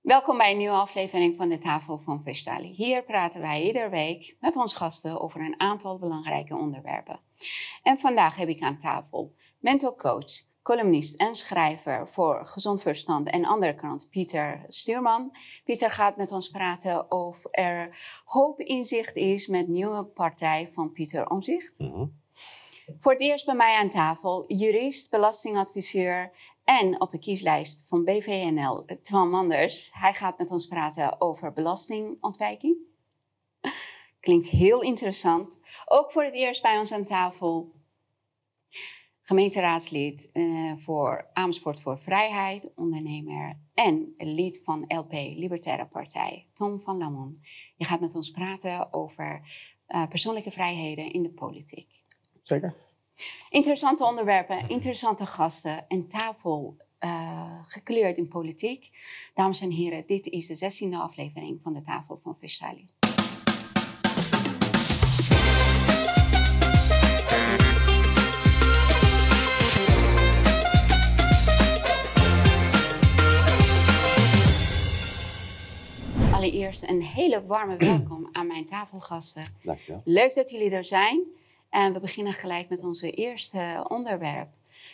Welkom bij een nieuwe aflevering van de Tafel van Vestali. Hier praten wij iedere week met onze gasten over een aantal belangrijke onderwerpen. En vandaag heb ik aan tafel mental coach, columnist en schrijver voor Gezond Verstand en andere krant, Pieter Stuurman. Pieter gaat met ons praten of er hoop in zicht is met de nieuwe partij van Pieter Omtzigt. Voor het eerst bij mij aan tafel, jurist, belastingadviseur en op de kieslijst van BVNL, Twan Manders. Hij gaat met ons praten over belastingontwijking. Klinkt heel interessant. Ook voor het eerst bij ons aan tafel, gemeenteraadslid voor Amersfoort voor Vrijheid, ondernemer en lid van LP, Libertaire Partij, Tom van Lamon. Je gaat met ons praten over persoonlijke vrijheden in de politiek. Zeker. Interessante onderwerpen, interessante gasten en tafel gekleurd in politiek. Dames en heren, dit is de 16e aflevering van de Tafel van Vestali. Allereerst een hele warme welkom aan mijn tafelgasten. Dankjewel. Leuk dat jullie er zijn. En we beginnen gelijk met onze eerste onderwerp.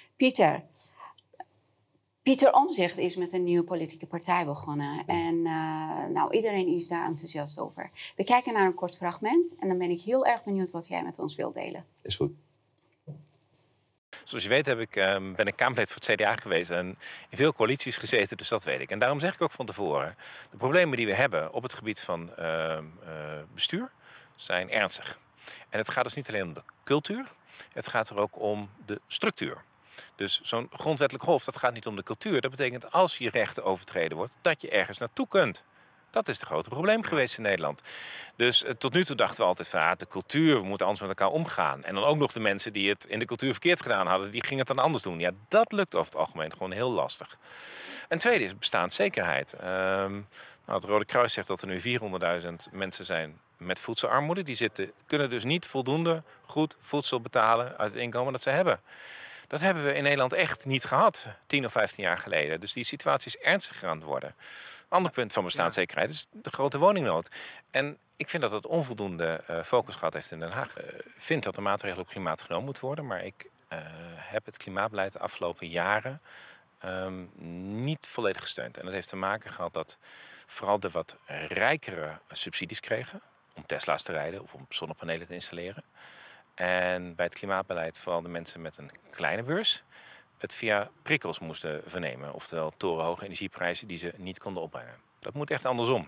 Pieter Omtzigt is met een nieuwe politieke partij begonnen. En iedereen is daar enthousiast over. We kijken naar een kort fragment. En dan ben ik heel erg benieuwd wat jij met ons wilt delen. Is goed. Zoals je weet ben ik Kamerlid voor het CDA geweest en in veel coalities gezeten, dus dat weet ik. En daarom zeg ik ook van tevoren, de problemen die we hebben op het gebied van bestuur zijn ernstig. En het gaat dus niet alleen om de cultuur, het gaat er ook om de structuur. Dus zo'n grondwettelijk hof, dat gaat niet om de cultuur. Dat betekent als je rechten overtreden wordt, dat je ergens naartoe kunt. Dat is het grote probleem geweest in Nederland. Dus tot nu toe dachten we altijd van de cultuur, we moeten anders met elkaar omgaan. En dan ook nog de mensen die het in de cultuur verkeerd gedaan hadden, die gingen het dan anders doen. Ja, dat lukt over het algemeen gewoon heel lastig. En tweede is bestaanszekerheid. Het Rode Kruis zegt dat er nu 400.000 mensen zijn met voedselarmoede. Die kunnen dus niet voldoende goed voedsel betalen uit het inkomen dat ze hebben. Dat hebben we in Nederland echt niet gehad, 10 of 15 jaar geleden. Dus die situatie is ernstiger aan het worden. Ander punt van bestaanszekerheid is de grote woningnood. En ik vind dat het onvoldoende focus gehad heeft in Den Haag. Ik vind dat de maatregelen op klimaat genomen moeten worden. Maar ik heb het klimaatbeleid de afgelopen jaren niet volledig gesteund. En dat heeft te maken gehad dat vooral de wat rijkere subsidies kregen om Tesla's te rijden of om zonnepanelen te installeren. En bij het klimaatbeleid vooral de mensen met een kleine beurs het via prikkels moesten vernemen. Oftewel torenhoge energieprijzen die ze niet konden opbrengen. Dat moet echt andersom.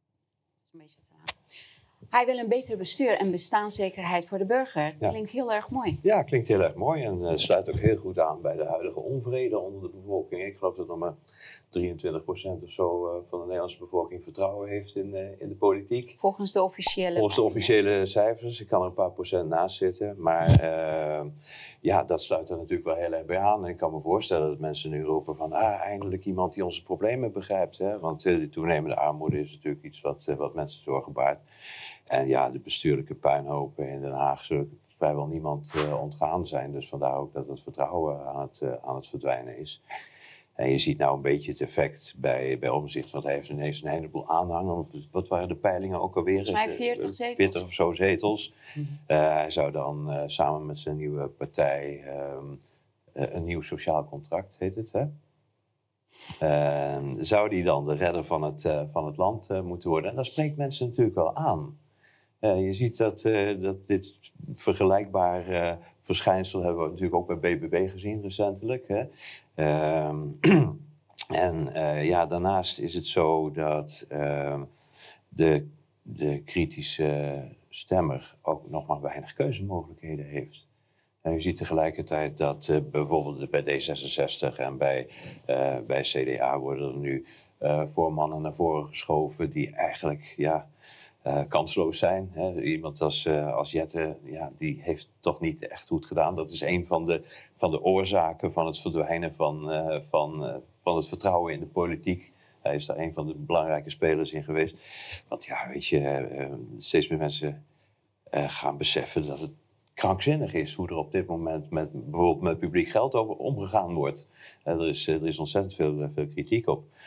Hij wil een beter bestuur en bestaanszekerheid voor de burger. Ja. Klinkt heel erg mooi. Ja, klinkt heel erg mooi en sluit ook heel goed aan bij de huidige onvrede onder de bevolking. Ik geloof dat nog maar 23% of zo van de Nederlandse bevolking vertrouwen heeft in de politiek. Volgens de officiële cijfers. Ik kan er een paar procent naast zitten. Maar dat sluit er natuurlijk wel heel erg bij aan. En ik kan me voorstellen dat mensen nu roepen van eindelijk iemand die onze problemen begrijpt. Hè? Want de toenemende armoede is natuurlijk iets wat mensen zorgen baart. En ja, de bestuurlijke puinhopen in Den Haag zullen vrijwel niemand ontgaan zijn. Dus vandaar ook dat het vertrouwen aan het verdwijnen is. En je ziet nou een beetje het effect bij Omtzigt, want hij heeft ineens een heleboel aanhangers. Wat waren de peilingen ook alweer? Volgens mij 40 zetels. 40 of zo zetels. Hij zou dan samen met zijn nieuwe partij een nieuw sociaal contract, heet het, hè? Zou die dan de redder van het land moeten worden? En dat spreekt mensen natuurlijk wel aan. Je ziet dat dit vergelijkbaar verschijnsel hebben we natuurlijk ook bij BBB gezien recentelijk. Hè? Daarnaast is het zo dat de kritische stemmer ook nog maar weinig keuzemogelijkheden heeft. En je ziet tegelijkertijd dat bijvoorbeeld bij D66 en bij CDA worden er nu voormannen naar voren geschoven die eigenlijk kansloos zijn. Hè. Iemand als Jette, die heeft toch niet echt goed gedaan. Dat is een van de oorzaken van het verdwijnen van het vertrouwen in de politiek. Hij is daar een van de belangrijke spelers in geweest. Want steeds meer mensen gaan beseffen dat het krankzinnig is hoe er op dit moment bijvoorbeeld met publiek geld omgegaan wordt. Er is ontzettend veel kritiek op.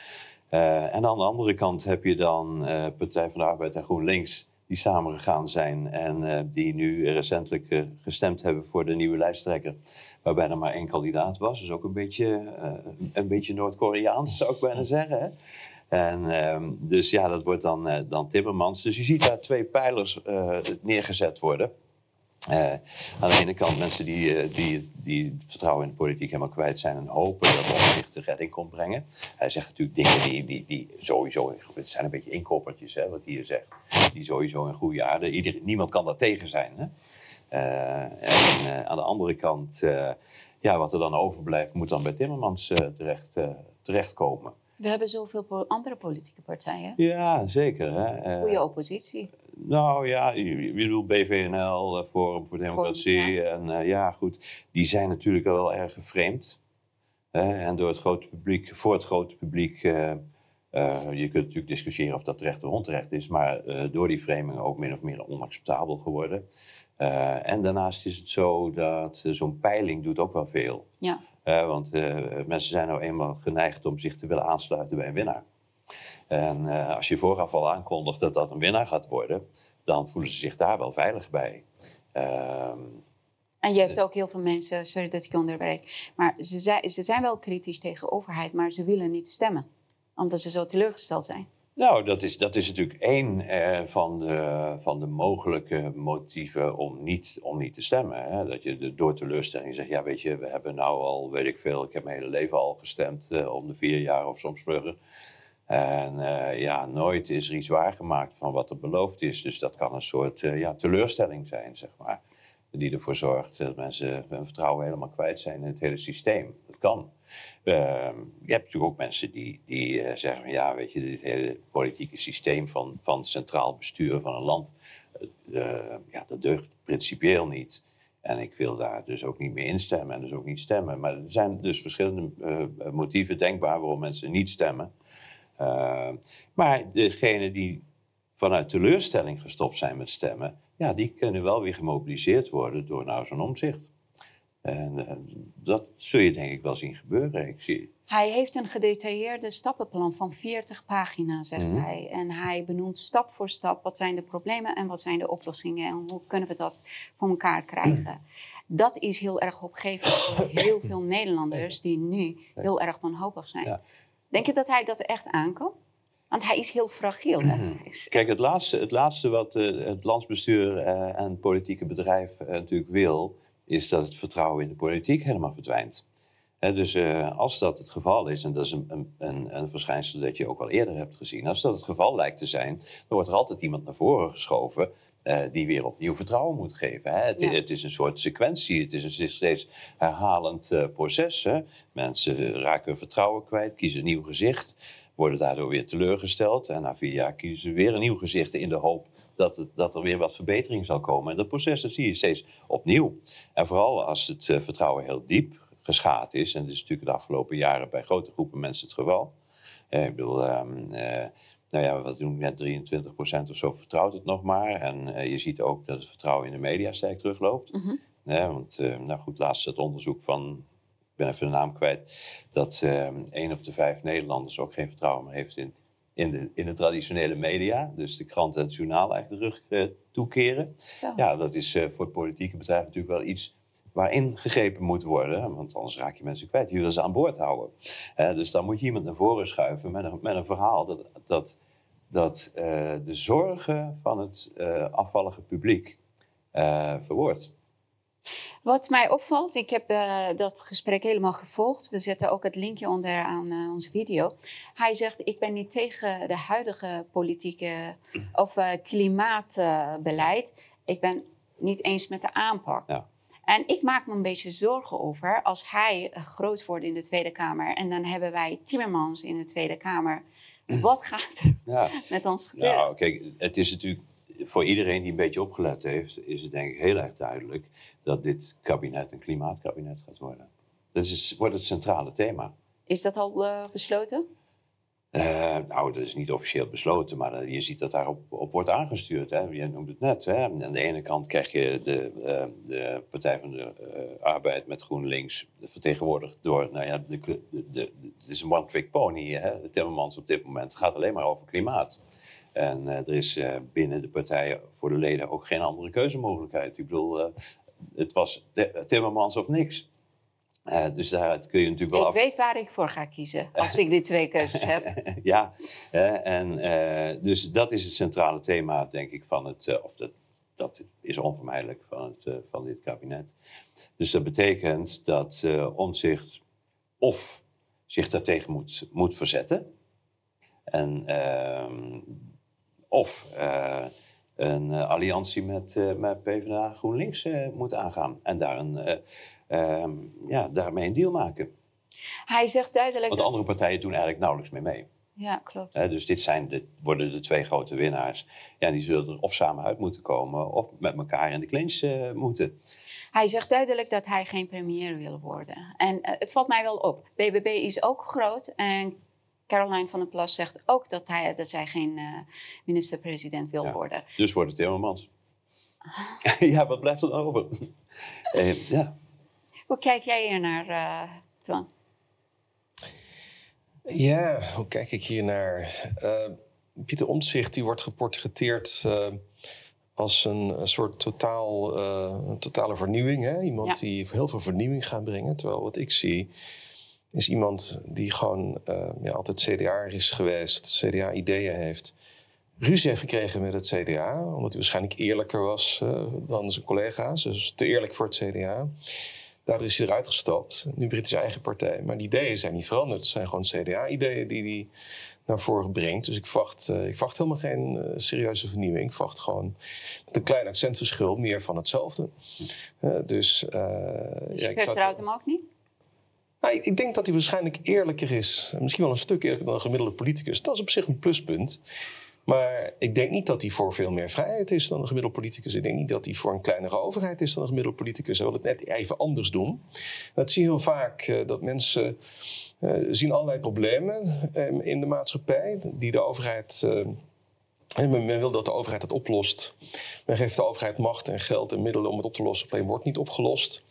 En aan de andere kant heb je dan Partij van de Arbeid en GroenLinks, die samengegaan zijn en die nu recentelijk gestemd hebben voor de nieuwe lijsttrekker, waarbij er maar 1 kandidaat was. Dus ook een beetje Noord-Koreaans, zou ik bijna zeggen. Hè? En dus ja, dat wordt dan Timmermans. Dus je ziet daar 2 pijlers neergezet worden. Aan de ene kant mensen die het vertrouwen in de politiek helemaal kwijt zijn en hopen dat Omtzigt de redding komt brengen. Hij zegt natuurlijk dingen die sowieso, het zijn een beetje inkoppertjes, hè, wat hij hier zegt, die sowieso in goede aarde. Niemand kan daar tegen zijn. Hè? En aan de andere kant, wat er dan overblijft, moet dan bij Timmermans terechtkomen. We hebben zoveel andere politieke partijen. Ja, zeker. Hè? Goede oppositie. Nou ja, je bedoelt BVNL, Forum voor Democratie. Ja. Goed. Die zijn natuurlijk wel erg geframed. En door het grote publiek, voor het grote publiek... je kunt natuurlijk discussiëren of dat terecht of onterecht is. Maar door die framing ook min of meer onacceptabel geworden. En daarnaast is het zo dat zo'n peiling doet ook wel veel. Ja. Want mensen zijn nou eenmaal geneigd om zich te willen aansluiten bij een winnaar. En als je vooraf al aankondigt dat dat een winnaar gaat worden, dan voelen ze zich daar wel veilig bij. En je hebt ook heel veel mensen, sorry dat ik je onderbreek, maar ze zijn wel kritisch tegen de overheid, maar ze willen niet stemmen. Omdat ze zo teleurgesteld zijn. Nou, dat is natuurlijk één van de mogelijke motieven om niet te stemmen. Hè? Dat je door teleurstelling zegt, ja weet je, we hebben nou al, weet ik veel, ik heb mijn hele leven al gestemd om de 4 jaar of soms vlugger. En nooit is er iets waargemaakt van wat er beloofd is. Dus dat kan een soort teleurstelling zijn, zeg maar. Die ervoor zorgt dat mensen hun vertrouwen helemaal kwijt zijn in het hele systeem. Dat kan. Je hebt natuurlijk ook mensen die zeggen, ja, weet je, dit hele politieke systeem van centraal bestuur van een land, dat deugt principieel niet. En ik wil daar dus ook niet mee instemmen en dus ook niet stemmen. Maar er zijn dus verschillende motieven denkbaar waarom mensen niet stemmen. Maar degenen die vanuit teleurstelling gestopt zijn met stemmen, ja, die kunnen wel weer gemobiliseerd worden door nou zo'n Omtzigt. En dat zul je denk ik wel zien gebeuren. Hij heeft een gedetailleerde stappenplan van 40 pagina's, zegt hij. En hij benoemt stap voor stap wat zijn de problemen en wat zijn de oplossingen. En hoe kunnen we dat voor elkaar krijgen. Dat is heel erg opgevend voor heel veel Nederlanders die nu heel erg wanhopig zijn. Ja. Denk je dat hij dat echt aan kan? Want hij is heel fragiel. Hè? Kijk, het laatste wat het landsbestuur en het politieke bedrijf natuurlijk wil, is dat het vertrouwen in de politiek helemaal verdwijnt. Dus als dat het geval is, en dat is een verschijnsel dat je ook al eerder hebt gezien, als dat het geval lijkt te zijn, dan wordt er altijd iemand naar voren geschoven die weer opnieuw vertrouwen moet geven. Het is een soort sequentie, het is een steeds herhalend proces. Hè? Mensen raken hun vertrouwen kwijt, kiezen een nieuw gezicht, worden daardoor weer teleurgesteld. En na 4 jaar kiezen ze weer een nieuw gezicht in de hoop dat er weer wat verbetering zal komen. En dat proces dat zie je steeds opnieuw. En vooral als het vertrouwen heel diep geschaad is, en dat is natuurlijk de afgelopen jaren bij grote groepen mensen het geval. Ik bedoel, wat doen we net, 23% of zo vertrouwt het nog maar. En je ziet ook dat het vertrouwen in de media sterk terugloopt. Laatst het onderzoek van, ik ben even de naam kwijt, dat 1 op de 5 Nederlanders ook geen vertrouwen meer heeft in de traditionele media. Dus de krant en het journaal eigenlijk de rug toekeren. Zo. Ja, dat is voor het politieke bedrijf natuurlijk wel iets waarin gegrepen moet worden. Want anders raak je mensen kwijt. Je wil ze aan boord houden. Dus dan moet je iemand naar voren schuiven met een verhaal dat de zorgen van het afvallige publiek verwoordt. Wat mij opvalt, ik heb dat gesprek helemaal gevolgd. We zetten ook het linkje onder aan onze video. Hij zegt, ik ben niet tegen de huidige politieke of klimaatbeleid. Ik ben niet eens met de aanpak. Ja. En ik maak me een beetje zorgen over als hij groot wordt in de Tweede Kamer. En dan hebben wij Timmermans in de Tweede Kamer. Wat gaat er met ons gebeuren? Nou, kijk, het is natuurlijk voor iedereen die een beetje opgelet heeft, is het denk ik heel erg duidelijk dat dit kabinet een klimaatkabinet gaat worden. Dat wordt het centrale thema. Is dat al besloten? Nou, dat is niet officieel besloten, maar je ziet dat daarop wordt aangestuurd. Hè? Je noemde het net. Hè? Aan de ene kant krijg je de Partij van de Arbeid met GroenLinks vertegenwoordigd door... Nou ja, het is een one-trick pony. Hè? Timmermans op dit moment gaat alleen maar over klimaat. En er is binnen de partijen voor de leden ook geen andere keuzemogelijkheid. Ik bedoel, het was Timmermans of niks. Dus daaruit kun je natuurlijk wel... Ik weet waar ik voor ga kiezen als ik die 2 keuzes heb. Ja, dus dat is het centrale thema, denk ik, van het... dat is onvermijdelijk van dit kabinet. Dus dat betekent dat Omtzigt of zich daartegen moet verzetten... of een alliantie met PvdA GroenLinks moet aangaan. En daarmee een deal maken. Hij zegt duidelijk... Want de andere partijen doen eigenlijk nauwelijks meer mee. Ja, klopt. Dus dit worden de 2 grote winnaars. Ja, die zullen er of samen uit moeten komen... of met elkaar in de clinch moeten. Hij zegt duidelijk dat hij geen premier wil worden. En het valt mij wel op. BBB is ook groot en... Caroline van der Plas zegt ook dat zij geen minister-president wil worden. Dus wordt het Timmermans. Ja, wat blijft er dan over? Ja. Hoe kijk jij hier naar, Twan? Ja, hoe kijk ik hier naar? Pieter Omtzigt die wordt geportretteerd als een soort totale vernieuwing. Hè? Iemand die heel veel vernieuwing gaat brengen. Terwijl wat ik zie... is iemand die gewoon altijd CDA'er is geweest, CDA-ideeën heeft. Ruzie heeft gekregen met het CDA, omdat hij waarschijnlijk eerlijker was dan zijn collega's. Dus te eerlijk voor het CDA. Daardoor is hij eruit gestapt. Nu begint hij zijn eigen partij. Maar die ideeën zijn niet veranderd. Het zijn gewoon CDA-ideeën die hij naar voren brengt. Dus ik verwacht helemaal geen serieuze vernieuwing. Ik verwacht gewoon met een klein accentverschil meer van hetzelfde. Dus je vertrouwt hem ook niet? Nou, ik denk dat hij waarschijnlijk eerlijker is. Misschien wel een stuk eerlijker dan een gemiddelde politicus. Dat is op zich een pluspunt. Maar ik denk niet dat hij voor veel meer vrijheid is dan een gemiddelde politicus. Ik denk niet dat hij voor een kleinere overheid is dan een gemiddelde politicus. Hij wil het net even anders doen. Dat zie je heel vaak, dat mensen zien allerlei problemen in de maatschappij die de overheid... Men wil dat de overheid het oplost. Men geeft de overheid macht en geld en middelen om het op te lossen. Het probleem wordt niet opgelost.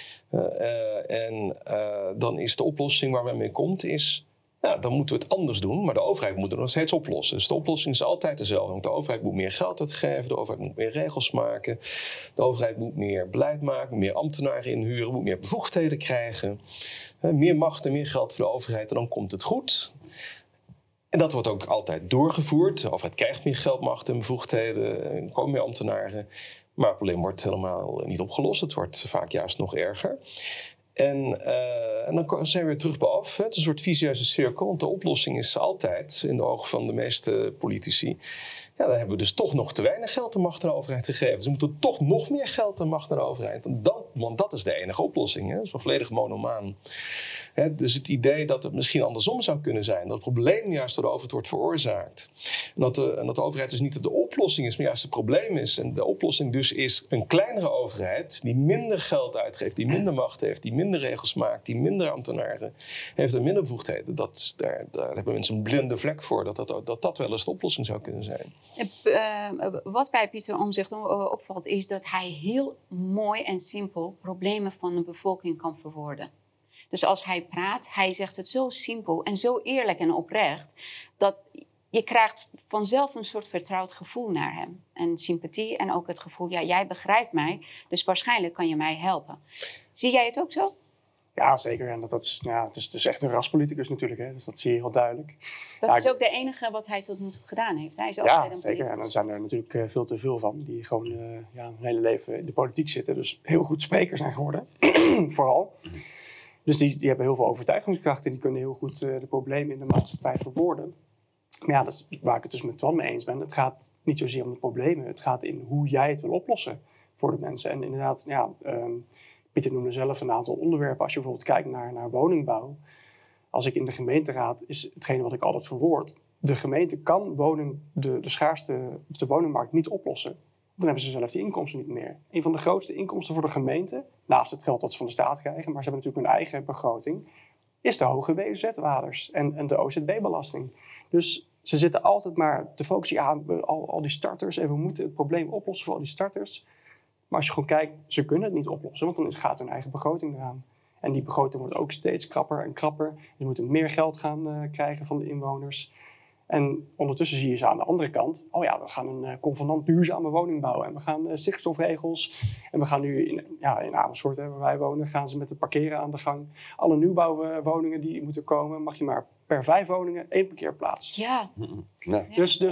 Dan is de oplossing waar men mee komt is... Ja, dan moeten we het anders doen, maar de overheid moet het nog steeds oplossen. Dus de oplossing is altijd dezelfde. Want de overheid moet meer geld uitgeven, de overheid moet meer regels maken... de overheid moet meer beleid maken, meer ambtenaren inhuren... moet meer bevoegdheden krijgen, meer macht en meer geld voor de overheid... en dan komt het goed. En dat wordt ook altijd doorgevoerd. De overheid krijgt meer geld, macht en bevoegdheden, er komen meer ambtenaren... Maar het probleem wordt helemaal niet opgelost. Het wordt vaak juist nog erger. En dan zijn we weer terug bij af. Het is een soort vicieuze cirkel. Want de oplossing is altijd, in de ogen van de meeste politici... Ja, dan hebben we dus toch nog te weinig geld en macht aan de overheid gegeven. Dus we moeten toch nog meer geld en macht aan de overheid. Want dat is de enige oplossing. Hè? Dat is wel volledig monomaan. Dus het idee dat het misschien andersom zou kunnen zijn. Dat het probleem juist door de overheid wordt veroorzaakt. En dat de overheid dus niet de oplossing is, maar juist het probleem is. En de oplossing dus is een kleinere overheid die minder geld uitgeeft, die minder macht heeft, die minder regels maakt, die minder ambtenaren heeft en minder bevoegdheden. Daar hebben mensen een blinde vlek voor, dat wel eens de oplossing zou kunnen zijn. Wat bij Pieter Omtzigt opvalt is dat hij heel mooi en simpel problemen van de bevolking kan verwoorden. Dus als hij praat, hij zegt het zo simpel en zo eerlijk en oprecht... dat je krijgt vanzelf een soort vertrouwd gevoel naar hem. En sympathie en ook het gevoel, ja, jij begrijpt mij... dus waarschijnlijk kan je mij helpen. Zie jij het ook zo? Ja, zeker. En het is echt een raspoliticus natuurlijk. Hè? Dus dat zie je heel duidelijk. Dat is ook de enige wat hij tot nu toe gedaan heeft. Hij is altijd een zeker. politicus. En er zijn er natuurlijk veel te veel van... die gewoon hun hele leven in de politiek zitten. Dus heel goed spreker zijn geworden. Vooral. Dus die hebben heel veel overtuigingskracht... en die kunnen heel goed de problemen in de maatschappij verwoorden. Maar ja, dat is waar ik het dus met Twan mee eens ben. Het gaat niet zozeer om de problemen. Het gaat in hoe jij het wil oplossen voor de mensen. En inderdaad, Pieter noemde zelf een aantal onderwerpen. Als je bijvoorbeeld kijkt naar woningbouw. Als ik in de gemeenteraad is hetgene wat ik altijd verwoord. De gemeente kan de schaarste op de woningmarkt niet oplossen. Dan hebben ze zelf die inkomsten niet meer. Een van de grootste inkomsten voor de gemeente, naast het geld dat ze van de staat krijgen, maar ze hebben natuurlijk hun eigen begroting, is de hoge WOZ-waardes en de OZB-belasting. Dus ze zitten altijd maar te focussen. Al die starters en we moeten het probleem oplossen voor al die starters. Maar als je gewoon kijkt, ze kunnen het niet oplossen. Want dan gaat hun eigen begroting eraan. En die begroting wordt ook steeds krapper en krapper. Ze moeten meer geld gaan krijgen van de inwoners. En ondertussen zie je ze aan de andere kant. We gaan een convenant duurzame woning bouwen. En we gaan stikstofregels. En we gaan nu in Amersfoort, waar wij wonen, gaan ze met het parkeren aan de gang. Alle nieuwbouwwoningen die moeten komen, mag je maar per 5 woningen 1 parkeerplaats. Ja. Nee.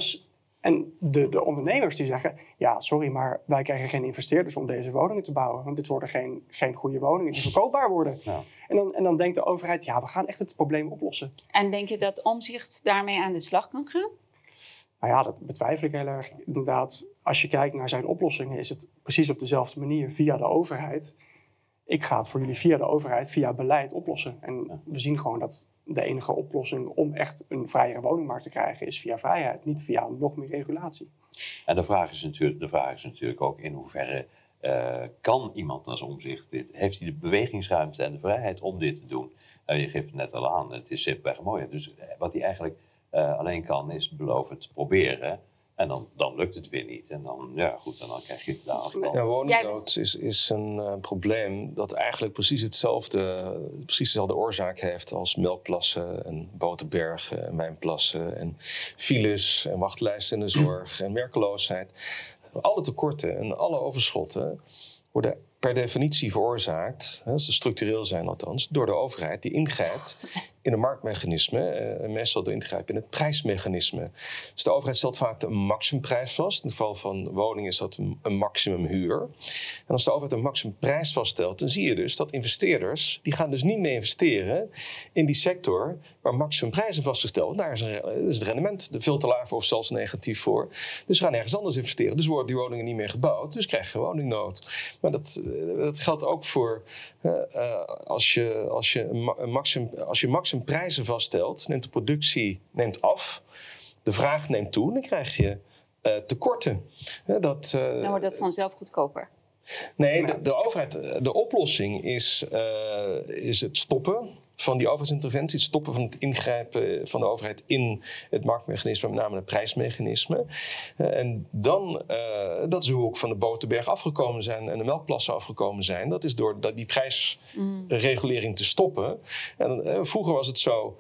En de ondernemers die zeggen, sorry, maar wij krijgen geen investeerders om deze woningen te bouwen. Want dit worden geen goede woningen die verkoopbaar worden. Ja. En dan denkt de overheid, we gaan echt het probleem oplossen. En denk je dat Omtzigt daarmee aan de slag kan gaan? Nou ja, dat betwijfel ik heel erg. Inderdaad, als je kijkt naar zijn oplossingen, is het precies op dezelfde manier via de overheid. Ik ga het voor jullie via de overheid, via beleid oplossen. En we zien gewoon dat de enige oplossing om echt een vrijere woningmarkt te krijgen is via vrijheid, niet via nog meer regulatie. En de vraag is natuurlijk ook in hoeverre kan iemand als Omtzigt dit? Heeft hij de bewegingsruimte en de vrijheid om dit te doen? Je geeft het net al aan, het is simpelweg mooi. Dus wat hij eigenlijk alleen kan is beloven te proberen. En dan lukt het weer niet. En dan krijg je het daar afstand. Ja, woningnood is een probleem dat eigenlijk precies dezelfde oorzaak heeft als melkplassen en boterbergen en wijnplassen en files en wachtlijsten in de zorg en werkloosheid. Alle tekorten en alle overschotten worden per definitie veroorzaakt, als ze structureel zijn althans, door de overheid die ingrijpt in een marktmechanisme en meestal door ingrijpen in het prijsmechanisme. Dus de overheid stelt vaak een maximumprijs vast. In het geval van woningen is dat een maximumhuur. En als de overheid een maximumprijs vaststelt, dan zie je dus dat investeerders, die gaan dus niet meer investeren in die sector waar maximumprijzen vastgesteld. Daar is het rendement veel te laag voor of zelfs negatief voor. Dus ze gaan ergens anders investeren. Dus worden die woningen niet meer gebouwd. Dus krijg je woningnood. Maar dat geldt ook voor als je maximumprijzen vaststelt, neemt de productie af, de vraag neemt toe, dan krijg je tekorten. Dan wordt dat vanzelf goedkoper. Nee, de overheid, de oplossing is het stoppen van die overheidsinterventie, het stoppen van het ingrijpen van de overheid in het marktmechanisme, met name het prijsmechanisme. En dan, dat is hoe ook van de Boterberg afgekomen zijn en de melkplassen afgekomen zijn. Dat is door die prijsregulering te stoppen. En vroeger was het zo,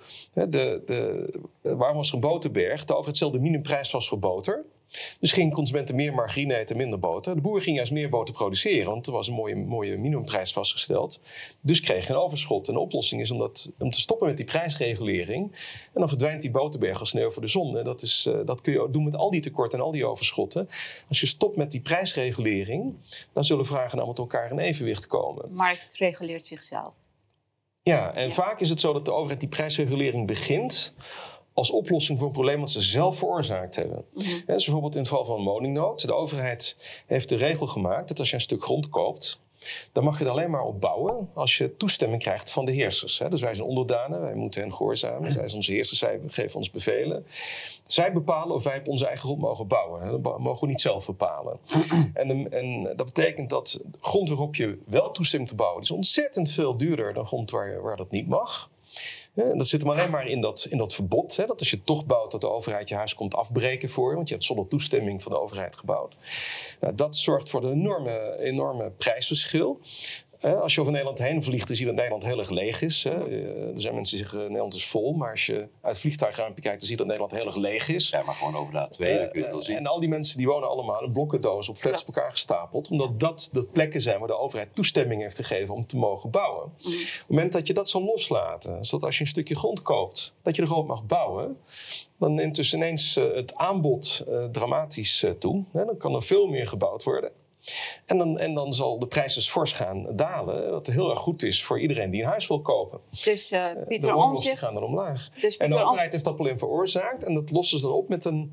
waarom was er een Boterberg? De overheid stelde minimumprijs vast voor boter. Dus gingen consumenten meer margarine eten, minder boter. De boer ging juist meer boter produceren, want er was een mooie minimumprijs vastgesteld. Dus kreeg je een overschot. En de oplossing is om te stoppen met die prijsregulering. En dan verdwijnt die boterberg als sneeuw voor de zon. En dat kun je doen met al die tekorten en al die overschotten. Als je stopt met die prijsregulering, dan zullen vraag en aanbod elkaar in evenwicht komen. De markt reguleert zichzelf. Ja, en vaak is het zo dat de overheid die prijsregulering begint als oplossing voor een probleem dat ze zelf veroorzaakt hebben. Dus bijvoorbeeld in het geval van woningnood. De overheid heeft de regel gemaakt dat als je een stuk grond koopt, dan mag je er alleen maar op bouwen als je toestemming krijgt van de heersers. Dus wij zijn onderdanen, wij moeten hen gehoorzamen. Zij zijn onze heersers, zij geven ons bevelen. Zij bepalen of wij op onze eigen grond mogen bouwen. Dat mogen we niet zelf bepalen. En dat betekent dat grond waarop je wel toestemming te bouwen is ontzettend veel duurder dan grond waar dat niet mag. En dat zit hem alleen maar in dat verbod. Dat als je toch bouwt, dat de overheid je huis komt afbreken voor je. Want je hebt zonder toestemming van de overheid gebouwd. Nou, dat zorgt voor een enorme prijsverschil. Als je over Nederland heen vliegt, dan zie je dat Nederland heel erg leeg is. Er zijn mensen die zeggen Nederland is vol. Maar als je uit het vliegtuigraampje kijkt, dan zie je dat Nederland heel erg leeg is. Ja, maar gewoon over de A2, dan kun je het wel zien. En al die mensen die wonen allemaal in blokkendoos op flats op elkaar gestapeld. Omdat dat plekken zijn waar de overheid toestemming heeft gegeven om te mogen bouwen. Op het moment dat je dat zal loslaten, zodat als je een stukje grond koopt, dat je er gewoon mag bouwen, dan neemt dus ineens het aanbod dramatisch toe. Dan kan er veel meer gebouwd worden. En dan zal de prijs dus fors gaan dalen. Wat heel erg goed is voor iedereen die een huis wil kopen. Dus Pieter Omtzigt gaan dan omlaag. En de overheid heeft dat probleem veroorzaakt. En dat lossen ze dan op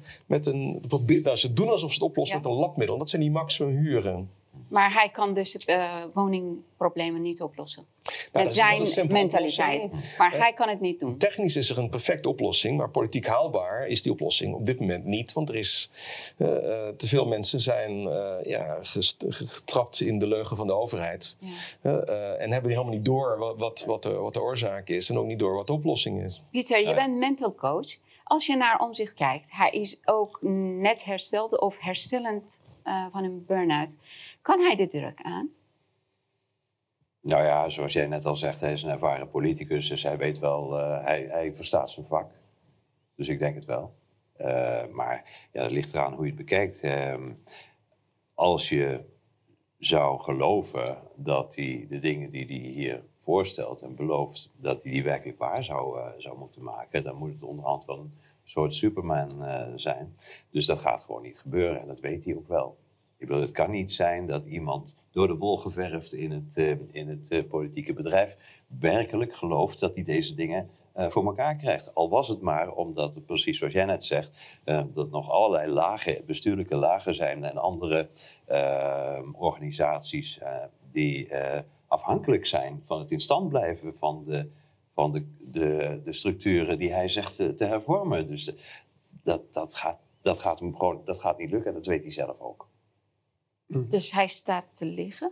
ze doen alsof ze het oplossen met een labmiddel. Dat zijn die maximumhuren. Maar hij kan dus woningproblemen niet oplossen. Met zijn mentaliteit. Maar hij kan het niet doen. Technisch is er een perfecte oplossing. Maar politiek haalbaar is die oplossing op dit moment niet. Want er is te veel mensen zijn getrapt in de leugen van de overheid. En hebben helemaal niet door wat de oorzaak is. En ook niet door wat de oplossing is. Pieter, je bent mental coach. Als je naar Omtzigt kijkt, hij is ook net hersteld of herstellend van een burn-out. Kan hij de druk aan? Nou ja, zoals jij net al zegt, hij is een ervaren politicus. Dus hij weet wel, hij verstaat zijn vak. Dus ik denk het wel. Maar ja, dat ligt eraan hoe je het bekijkt. Als je zou geloven dat hij de dingen die hij hier voorstelt en belooft, dat hij die werkelijk waar zou moeten maken, dan moet het onderhand wel een soort Superman zijn. Dus dat gaat gewoon niet gebeuren en dat weet hij ook wel. Ik bedoel, het kan niet zijn dat iemand door de wol geverfd in het politieke bedrijf werkelijk gelooft dat hij deze dingen voor elkaar krijgt. Al was het maar omdat, het, precies zoals jij net zegt, dat nog allerlei lagen, bestuurlijke lagen zijn en andere organisaties die afhankelijk zijn van het in stand blijven van de structuren die hij zegt te hervormen. Dus dat gaat niet lukken en dat weet hij zelf ook. Dus hij staat te liggen?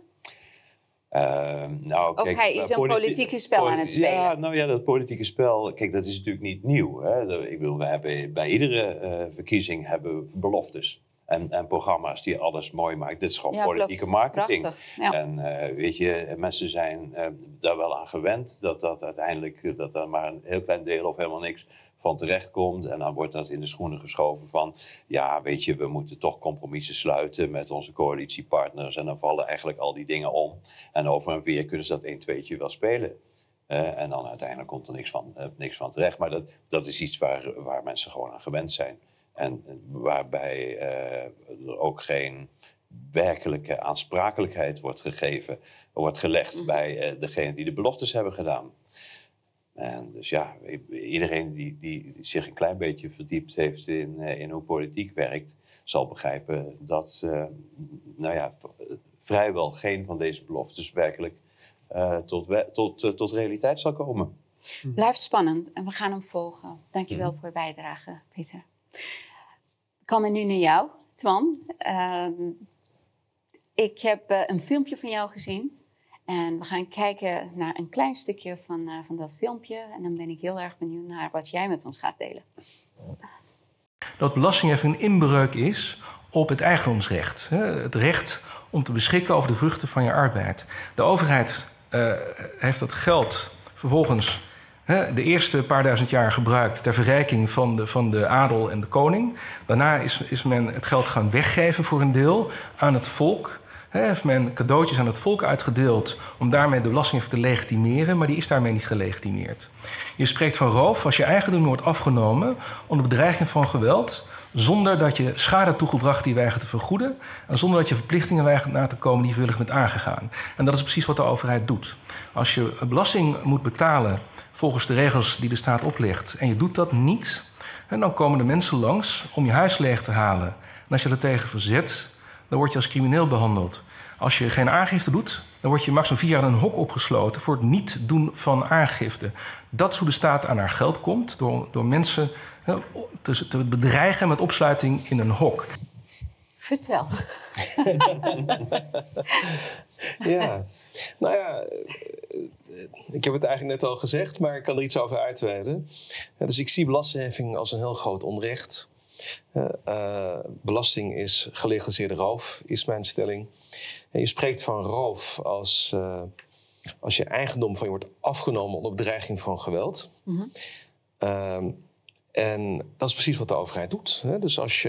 Nou, kijk, of hij is een politieke spel aan het spelen? Ja, nou ja, dat politieke spel, kijk, dat is natuurlijk niet nieuw. Hè? Ik bedoel, we hebben bij iedere verkiezing hebben we beloftes. En programma's die alles mooi maken. Dit is gewoon politieke marketing. Prachtig, ja. En weet je, mensen zijn daar wel aan gewend dat uiteindelijk dat er maar een heel klein deel of helemaal niks van terecht komt. En dan wordt dat in de schoenen geschoven van, ja, weet je, we moeten toch compromissen sluiten met onze coalitiepartners. En dan vallen eigenlijk al die dingen om. En over en weer kunnen ze dat 1-2'tje wel spelen. En dan uiteindelijk komt er niks van terecht. Maar dat is iets waar mensen gewoon aan gewend zijn. En waarbij er ook geen werkelijke aansprakelijkheid wordt gelegd bij degene die de beloftes hebben gedaan. En dus ja, iedereen die zich een klein beetje verdiept heeft in hoe politiek werkt, zal begrijpen dat vrijwel geen van deze beloftes werkelijk tot realiteit zal komen. Blijft spannend en we gaan hem volgen. Dankjewel voor je bijdrage, Pieter. We komen nu naar jou, Twan. Ik heb een filmpje van jou gezien. En we gaan kijken naar een klein stukje van dat filmpje. En dan ben ik heel erg benieuwd naar wat jij met ons gaat delen. Dat belastingheffing een inbreuk is op het eigendomsrecht. Het recht om te beschikken over de vruchten van je arbeid. De overheid heeft dat geld vervolgens de eerste paar duizend jaar gebruikt ter verrijking van de adel en de koning. Daarna is men het geld gaan weggeven voor een deel aan het volk. Heeft men cadeautjes aan het volk uitgedeeld om daarmee de belastingheffing te legitimeren, maar die is daarmee niet gelegitimeerd. Je spreekt van roof als je eigendom wordt afgenomen onder bedreiging van geweld, zonder dat je schade toegebracht die weigert te vergoeden en zonder dat je verplichtingen weigert na te komen die je vrijwillig bent aangegaan. En dat is precies wat de overheid doet. Als je belasting moet betalen volgens de regels die de staat oplegt en je doet dat niet, en dan komen de mensen langs om je huis leeg te halen. En als je er tegen verzet, dan word je als crimineel behandeld. Als je geen aangifte doet, dan word je maximaal 4 jaar in een hok opgesloten voor het niet doen van aangifte. Dat is hoe de staat aan haar geld komt, door mensen te bedreigen met opsluiting in een hok. Vertel. Ja, nou ja, ik heb het eigenlijk net al gezegd, maar ik kan er iets over uitweiden. Dus ik zie belastingheffing als een heel groot onrecht. Belasting is gelegaliseerde roof, is mijn stelling. En je spreekt van roof als je eigendom van je wordt afgenomen onder bedreiging van geweld. Mm-hmm. En dat is precies wat de overheid doet. Dus als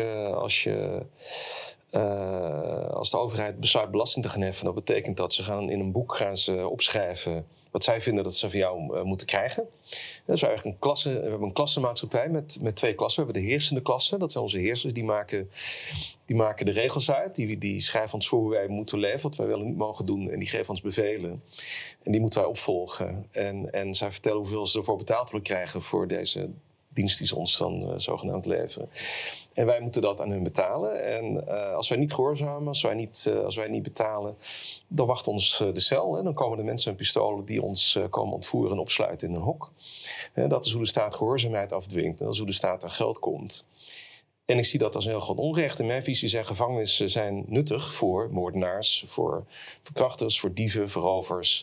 de overheid besluit belasting te gaan heffen, dat betekent dat ze gaan in een boek gaan ze opschrijven wat zij vinden dat ze van jou moeten krijgen. Dus eigenlijk we hebben een klassenmaatschappij met 2 klassen. We hebben de heersende klasse, dat zijn onze heersers. Die maken de regels uit. Die schrijven ons voor hoe wij moeten leven, wat wij wel en niet mogen doen. En die geven ons bevelen. En die moeten wij opvolgen. En zij vertellen hoeveel ze ervoor betaald willen krijgen voor deze dienst die ze ons dan zogenaamd leveren. En wij moeten dat aan hun betalen. En als wij niet gehoorzamen, als wij niet betalen, dan wacht ons de cel. En dan komen de mensen met pistolen die ons komen ontvoeren en opsluiten in een hok. Dat is hoe de staat gehoorzaamheid afdwingt. En dat is hoe de staat aan geld komt. En ik zie dat als een heel groot onrecht. In mijn visie zijn gevangenissen nuttig voor moordenaars, voor verkrachters, voor dieven, voor rovers.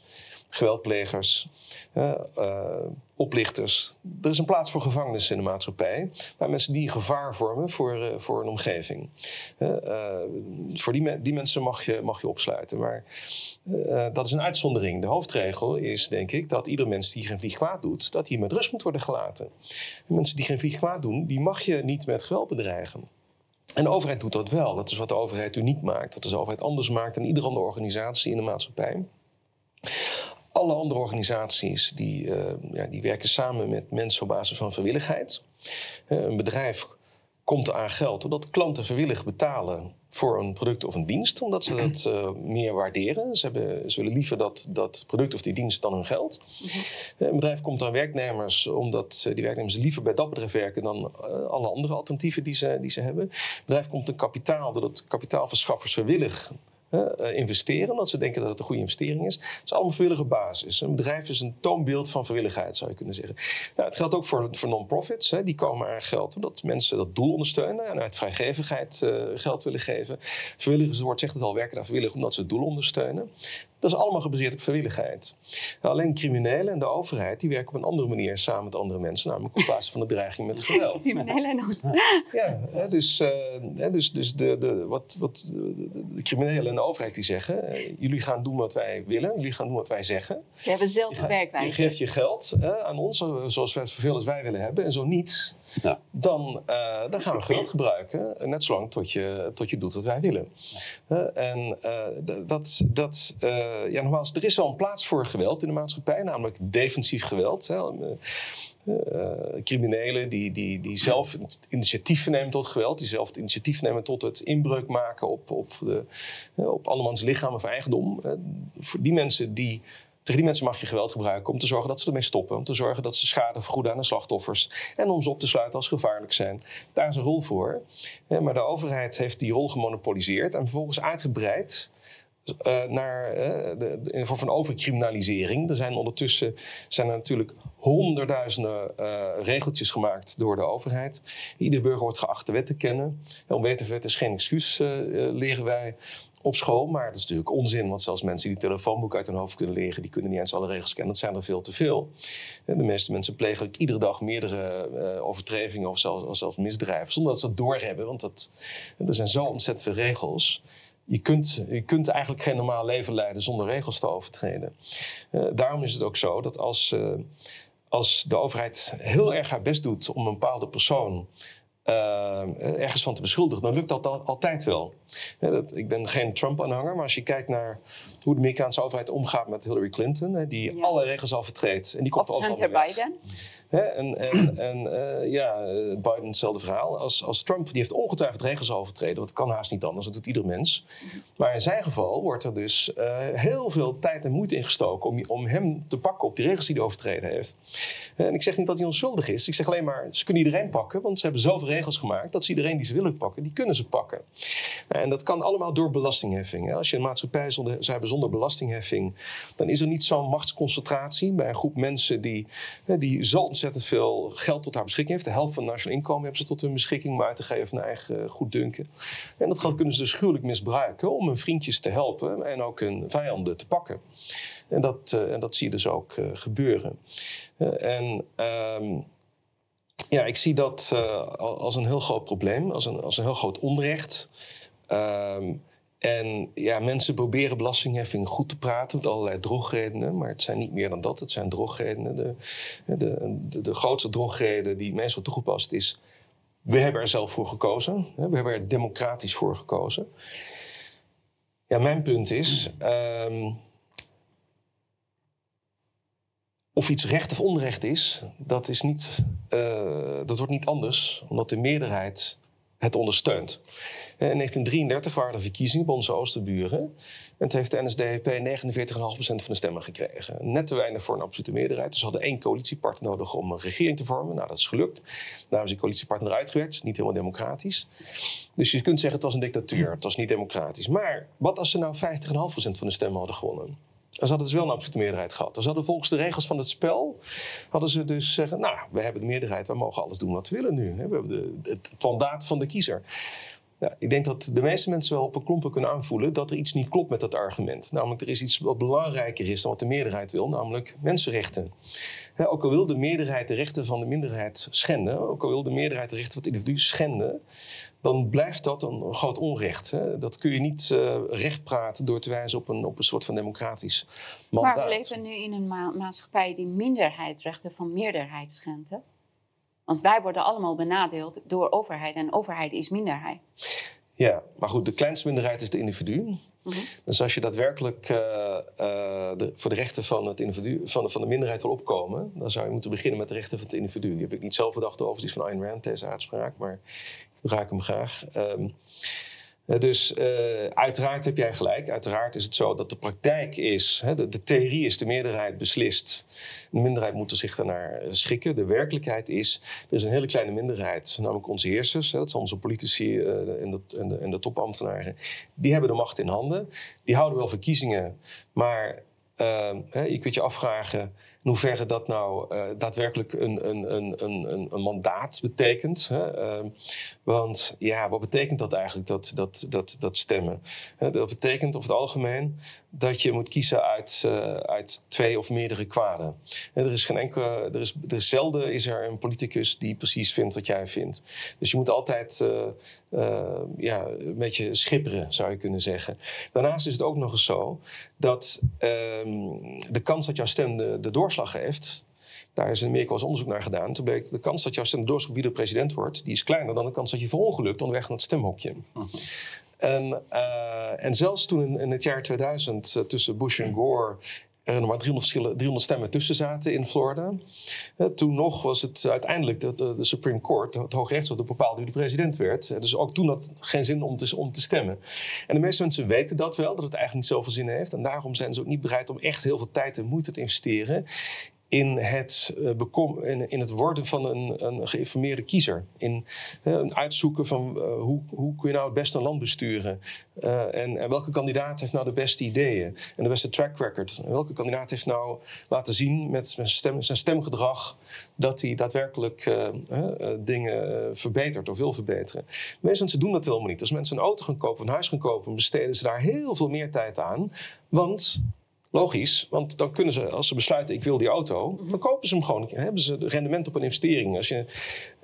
geweldplegers, oplichters. Er is een plaats voor gevangenissen in de maatschappij. Maar mensen die gevaar vormen voor een omgeving. Voor die mensen mag je opsluiten. Maar dat is een uitzondering. De hoofdregel is, denk ik, dat ieder mens die geen vlieg kwaad doet, dat die met rust moet worden gelaten. De mensen die geen vlieg kwaad doen, die mag je niet met geweld bedreigen. En de overheid doet dat wel. Dat is wat de overheid uniek maakt. Wat de overheid anders maakt dan iedere andere organisatie in de maatschappij. Alle andere organisaties die werken samen met mensen op basis van vrijwilligheid. Een bedrijf komt aan geld doordat klanten vrijwillig betalen voor een product of een dienst, omdat ze dat meer waarderen. Ze willen liever dat product of die dienst dan hun geld. Een bedrijf komt aan werknemers omdat die werknemers liever bij dat bedrijf werken dan alle andere alternatieven die ze hebben. Een bedrijf komt aan kapitaal doordat kapitaalverschaffers vrijwillig investeren, omdat ze denken dat het een goede investering is. Het is allemaal vrijwillige basis. Een bedrijf is een toonbeeld van vrijwilligheid, zou je kunnen zeggen. Nou, het geldt ook voor non-profits. Die komen aan geld omdat mensen dat doel ondersteunen en uit vrijgevigheid geld willen geven. Vrijwilligers, het woord zegt het al, werken daar vrijwillig omdat ze het doel ondersteunen. Dat is allemaal gebaseerd op vrijwilligheid. Nou, alleen criminelen en de overheid die werken op een andere manier samen met andere mensen, namelijk op basis van de dreiging met geweld. Criminelen en ja, dus de criminelen en de overheid die zeggen, jullie gaan doen wat wij willen, jullie gaan doen wat wij zeggen. Ze hebben dezelfde werkwijze. Je geeft je geld aan ons, zoveel als wij willen hebben, en zo niet, dan gaan we geweld gebruiken, net zolang tot je doet wat wij willen. Nogmaals, er is wel een plaats voor geweld in de maatschappij, namelijk defensief geweld. Criminelen die zelf het initiatief nemen tot geweld, die zelf het initiatief nemen tot het inbreuk maken op andermans lichaam of eigendom. Voor die mensen tegen die mensen mag je geweld gebruiken om te zorgen dat ze ermee stoppen. Om te zorgen dat ze schade vergoeden aan de slachtoffers. En om ze op te sluiten als ze gevaarlijk zijn. Daar is een rol voor. Maar de overheid heeft die rol gemonopoliseerd en vervolgens uitgebreid naar in vorm van overcriminalisering. Ondertussen zijn er natuurlijk honderdduizenden regeltjes gemaakt door de overheid. Ieder burger wordt geacht de wet te kennen. Onwetendheid is geen excuus, leren wij op school. Maar dat is natuurlijk onzin, want zelfs mensen die het telefoonboek uit hun hoofd kunnen leren, die kunnen niet eens alle regels kennen. Dat zijn er veel te veel. De meeste mensen plegen ook iedere dag meerdere overtredingen of zelfs misdrijven, zonder dat ze dat doorhebben. Want er zijn zo ontzettend veel regels. Je kunt eigenlijk geen normaal leven leiden zonder regels te overtreden. Daarom is het ook zo dat als de overheid heel erg haar best doet om een bepaalde persoon ergens van te beschuldigen, dan lukt dat altijd wel. Ik ben geen Trump-aanhanger, maar als je kijkt naar hoe de Amerikaanse overheid omgaat met Hillary Clinton, die alle regels al vertreedt. En die komt of Hunter Biden. Biden hetzelfde verhaal. Als Trump, die heeft ongetwijfeld regels overtreden. Want dat kan haast niet anders, dat doet ieder mens. Maar in zijn geval wordt er dus heel veel tijd en moeite ingestoken om hem te pakken op die regels die hij overtreden heeft. En ik zeg niet dat hij onschuldig is. Ik zeg alleen maar, ze kunnen iedereen pakken. Want ze hebben zoveel regels gemaakt dat ze iedereen die ze willen pakken, die kunnen ze pakken. En dat kan allemaal door belastingheffing. Als je een maatschappij zou hebben zonder belastingheffing, dan is er niet zo'n machtsconcentratie bij een groep mensen die zo ontzettend veel geld tot haar beschikking heeft. De helft van het nationaal inkomen hebben ze tot hun beschikking om uit te geven van eigen goeddunken. En dat geld kunnen ze dus gruwelijk misbruiken om hun vriendjes te helpen en ook hun vijanden te pakken. En dat zie je dus ook gebeuren. Ik zie dat als een heel groot probleem, als een heel groot onrecht. Mensen proberen belastingheffing goed te praten met allerlei drogredenen, maar het zijn niet meer dan dat. Het zijn drogredenen. De grootste drogreden die meestal toegepast is, we hebben er zelf voor gekozen. We hebben er democratisch voor gekozen. Ja, mijn punt is, of iets recht of onrecht is, dat wordt niet anders, omdat de meerderheid het ondersteunt. In 1933 waren er verkiezingen bij onze oosterburen. En toen heeft de NSDAP 49,5% van de stemmen gekregen. Net te weinig voor een absolute meerderheid. Dus ze hadden 1 coalitiepartner nodig om een regering te vormen. Nou, dat is gelukt. Daarna hebben ze die coalitiepartner uitgewerkt. Dus niet helemaal democratisch. Dus je kunt zeggen, het was een dictatuur. Het was niet democratisch. Maar wat als ze nou 50,5% van de stemmen hadden gewonnen? Dan hadden ze wel een absolute meerderheid gehad. Dan hadden volgens de regels van het spel, hadden ze dus zeggen, nou, we hebben de meerderheid, we mogen alles doen wat we willen nu. We hebben het mandaat van de kiezer. Ja, ik denk dat de meeste mensen wel op een klompen kunnen aanvoelen dat er iets niet klopt met dat argument. Namelijk, er is iets wat belangrijker is dan wat de meerderheid wil, namelijk mensenrechten. Ook al wil de meerderheid de rechten van de minderheid schenden, ook al wil de meerderheid de rechten van het individu schenden, dan blijft dat een groot onrecht. Dat kun je niet recht praten door te wijzen op een soort van democratisch mandaat. Maar we leven nu in een maatschappij die minderheidsrechten van meerderheid schendt. Hè? Want wij worden allemaal benadeeld door overheid en overheid is minderheid. Ja, maar goed, de kleinste minderheid is de individu. Mm-hmm. Dus als je daadwerkelijk voor de rechten van het individu, van de minderheid wil opkomen, dan zou je moeten beginnen met de rechten van het individu. Die heb ik niet zelf bedacht over, die is van Ayn Rand, deze uitspraak, maar ik gebruik hem graag. Dus uiteraard heb jij gelijk. Uiteraard is het zo dat de praktijk is, de theorie is de meerderheid beslist. De minderheid moet er zich daarnaar schikken. De werkelijkheid is, er is een hele kleine minderheid, namelijk onze heersers. Dat zijn onze politici en de topambtenaren. Die hebben de macht in handen. Die houden wel verkiezingen, maar je kunt je afvragen in hoeverre dat nou daadwerkelijk een mandaat betekent. Want ja, wat betekent dat eigenlijk, dat stemmen? Dat betekent over het algemeen dat je moet kiezen uit twee of meerdere kwaden. Er is zelden een politicus die precies vindt wat jij vindt. Dus je moet altijd een beetje schipperen, zou je kunnen zeggen. Daarnaast is het ook nog eens zo dat de kans dat jouw stem de doorslag heeft, daar is in Amerika wel eens onderzoek naar gedaan. Toen bleek de kans dat jouw stem de doorslag wie de president wordt, die is kleiner dan de kans dat je verongelukt onderweg naar het stemhokje. En zelfs toen in het jaar 2000 tussen Bush en Gore er nog maar 300 stemmen tussen zaten in Florida. Toen nog was het uiteindelijk de Supreme Court, het Hooggerechtshof, dat bepaalde wie de president werd. Dus ook toen had het geen zin om te stemmen. En de meeste mensen weten dat wel, dat het eigenlijk niet zoveel zin heeft. En daarom zijn ze ook niet bereid om echt heel veel tijd en moeite te investeren in het worden van een geïnformeerde kiezer. In een uitzoeken van hoe kun je nou het beste een land besturen. En welke kandidaat heeft nou de beste ideeën en de beste track record. En welke kandidaat heeft nou laten zien met zijn stemgedrag dat hij daadwerkelijk dingen verbetert of wil verbeteren. De meeste mensen doen dat helemaal niet. Als mensen een auto gaan kopen of een huis gaan kopen, besteden ze daar heel veel meer tijd aan. Want logisch, want dan kunnen ze, als ze besluiten ik wil die auto, dan kopen ze hem gewoon. Dan hebben ze rendement op een investering. Als je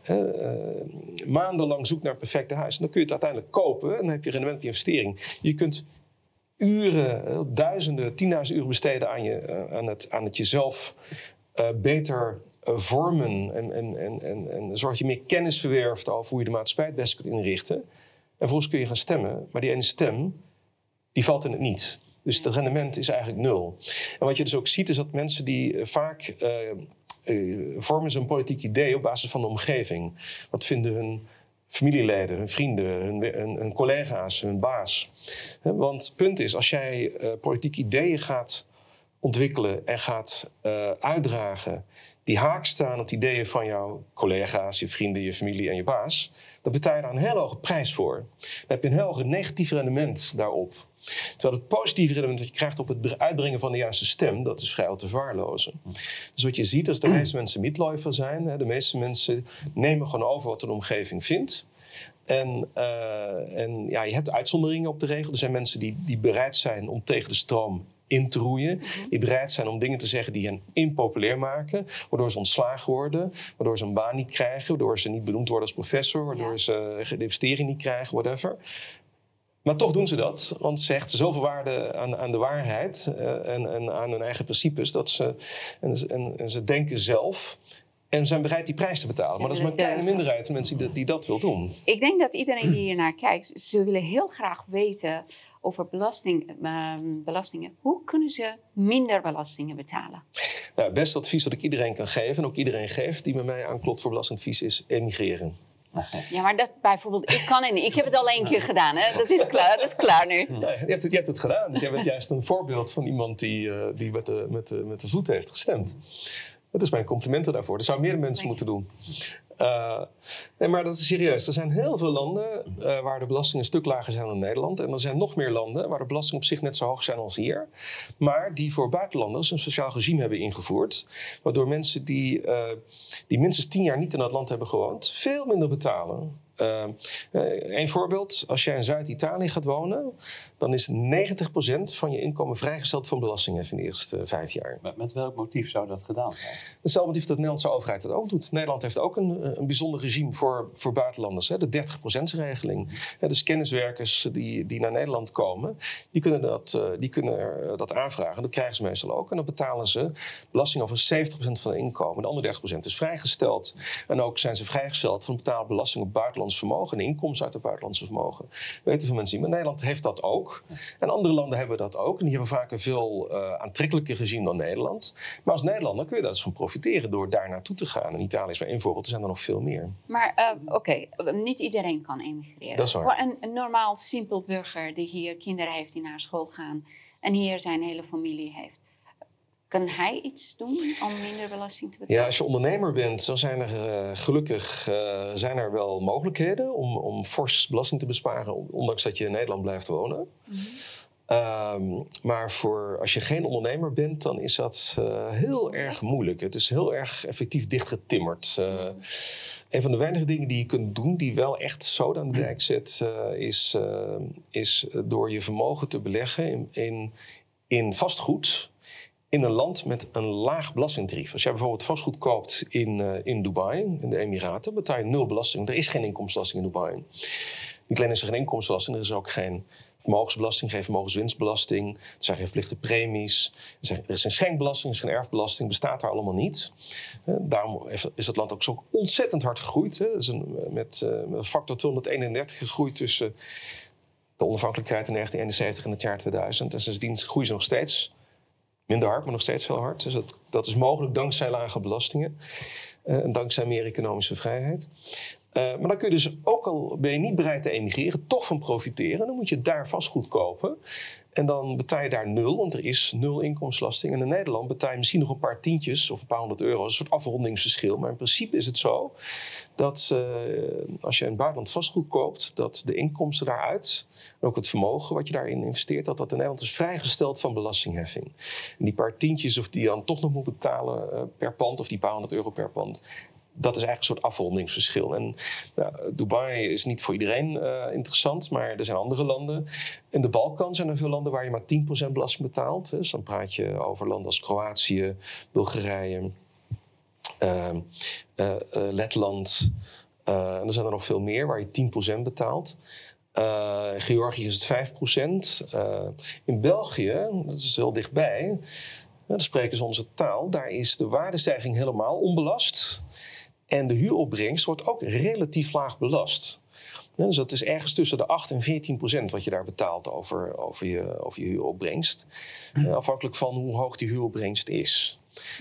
maandenlang zoekt naar het perfecte huis, dan kun je het uiteindelijk kopen en dan heb je rendement op je investering. Je kunt uren, duizenden, 10.000 uren besteden aan het jezelf beter vormen en zorg je meer kennis verwerft over hoe je de maatschappij het beste kunt inrichten. En vervolgens kun je gaan stemmen, maar die ene stem, die valt in het niet. Dus het rendement is eigenlijk 0. En wat je dus ook ziet is dat mensen die vaak vormen zo'n politiek idee op basis van de omgeving. Wat vinden hun familieleden, hun vrienden, hun collega's, hun baas. Want het punt is, als jij politieke ideeën gaat ontwikkelen en gaat uitdragen die haak staan op de ideeën van jouw collega's, je vrienden, je familie en je baas, dan betaal je daar een heel hoge prijs voor. Dan heb je een heel hoog negatief rendement daarop. Terwijl het positieve rendement dat je krijgt op het uitbrengen van de juiste stem, dat is vrij te verwaarlozen. Dus wat je ziet is dat de meeste mensen Mitläufer zijn. De meeste mensen nemen gewoon over wat de omgeving vindt. En je hebt uitzonderingen op de regel. Er zijn mensen die bereid zijn om tegen de stroom in te roeien. Die bereid zijn om dingen te zeggen die hen impopulair maken. Waardoor ze ontslagen worden. Waardoor ze een baan niet krijgen. Waardoor ze niet benoemd worden als professor. Waardoor ze de investering niet krijgen, whatever. Maar toch doen ze dat, want ze hechten zoveel waarde aan de waarheid en aan hun eigen principes. En ze denken zelf en zijn bereid die prijs te betalen. Maar dat is maar een kleine minderheid van mensen die dat wil doen. Ik denk dat iedereen die hier naar kijkt, ze willen heel graag weten over belastingen. Hoe kunnen ze minder belastingen betalen? Nou, het beste advies dat ik iedereen kan geven, en ook iedereen geeft die bij mij aanklopt voor belastingadvies, is emigreren. Ja, maar dat bijvoorbeeld, ik heb het al 1 keer gedaan, hè? Dat is klaar nu. Nee, je hebt het gedaan. Dus jij bent juist een voorbeeld van iemand die met de voet heeft gestemd. Dat is mijn complimenten daarvoor. Dat zouden meer mensen moeten doen. Nee, maar dat is serieus. Er zijn heel veel landen waar de belastingen een stuk lager zijn dan Nederland. En er zijn nog meer landen waar de belastingen op zich net zo hoog zijn als hier. Maar die voor buitenlanders een sociaal regime hebben ingevoerd. Waardoor mensen die minstens 10 jaar niet in dat land hebben gewoond, veel minder betalen Een voorbeeld. Als jij in Zuid-Italië gaat wonen, dan is 90% van je inkomen vrijgesteld van belastingen in de eerste 5 jaar. Met welk motief zou dat gedaan zijn? Hetzelfde motief dat de Nederlandse overheid dat ook doet. Nederland heeft ook een bijzonder regime voor buitenlanders. Hè, de 30%-regeling. Dus kenniswerkers die naar Nederland komen, die kunnen dat aanvragen. Dat krijgen ze meestal ook. En dan betalen ze belasting over 70% van hun inkomen. De andere 30% is vrijgesteld. En ook zijn ze vrijgesteld van betalen belasting op buitenlands vermogen en inkomsten uit het buitenlandse vermogen. Weten veel mensen niet. Maar Nederland heeft dat ook. En andere landen hebben dat ook. En die hebben vaak een veel aantrekkelijker regime dan Nederland. Maar als Nederlander kun je daar dus van profiteren door daar naartoe te gaan. En Italië is maar één voorbeeld. Er zijn er nog veel meer. Maar niet iedereen kan emigreren. Dat is waar. Voor een normaal, simpel burger die hier kinderen heeft die naar school gaan en hier zijn hele familie heeft. Kan hij iets doen om minder belasting te betalen? Ja, als je ondernemer bent, dan zijn er gelukkig wel mogelijkheden om fors belasting te besparen, ondanks dat je in Nederland blijft wonen. Maar als je geen ondernemer bent, dan is dat heel erg moeilijk. Het is heel erg effectief dichtgetimmerd. Een van de weinige dingen die je kunt doen, die wel echt zoden aan de dijk zet, is door je vermogen te beleggen in vastgoed in een land met een laag belastingtarief. Als jij bijvoorbeeld vastgoed koopt in Dubai, in de Emiraten, betaal je 0 belasting. Er is geen inkomstenbelasting in Dubai. Niet alleen is er geen inkomstenbelasting, er is ook geen vermogensbelasting, geen vermogenswinstbelasting. Er zijn geen verplichte premies. Er is geen schenkbelasting, er is geen erfbelasting. Bestaat daar allemaal niet. Daarom is het land ook zo ontzettend hard gegroeid. Het is met een factor 231 gegroeid tussen de onafhankelijkheid in 1971 en het jaar 2000. En sindsdien groeien ze nog steeds. Minder hard, maar nog steeds wel hard. Dus dat is mogelijk dankzij lage belastingen. En dankzij meer economische vrijheid. Maar dan kun je dus, ook al ben je niet bereid te emigreren, toch van profiteren. Dan moet je daar vastgoed kopen. En dan betaal je daar 0, want er is 0 inkomstenbelasting. En in Nederland betaal je misschien nog een paar tientjes of een paar honderd euro. Een soort afrondingsverschil. Maar in principe is het zo dat als je in het buitenland vastgoed koopt, dat de inkomsten daaruit, en ook het vermogen wat je daarin investeert, dat in Nederland is vrijgesteld van belastingheffing. En die paar tientjes of die je dan toch nog moet betalen per pand, of die paar honderd euro per pand, dat is eigenlijk een soort afrondingsverschil. En Dubai is niet voor iedereen interessant, maar er zijn andere landen. In de Balkan zijn er veel landen waar je maar 10% belasting betaalt. Dus dan praat je over landen als Kroatië, Bulgarije, Letland. En er zijn er nog veel meer waar je 10% betaalt. In Georgië is het 5%. In België, dat is heel dichtbij, dan spreken ze onze taal. Daar is de waardestijging helemaal onbelast. En de huuropbrengst wordt ook relatief laag belast. Dus dat is ergens tussen de 8 en 14% wat je daar betaalt over je huuropbrengst. Afhankelijk van hoe hoog die huuropbrengst is.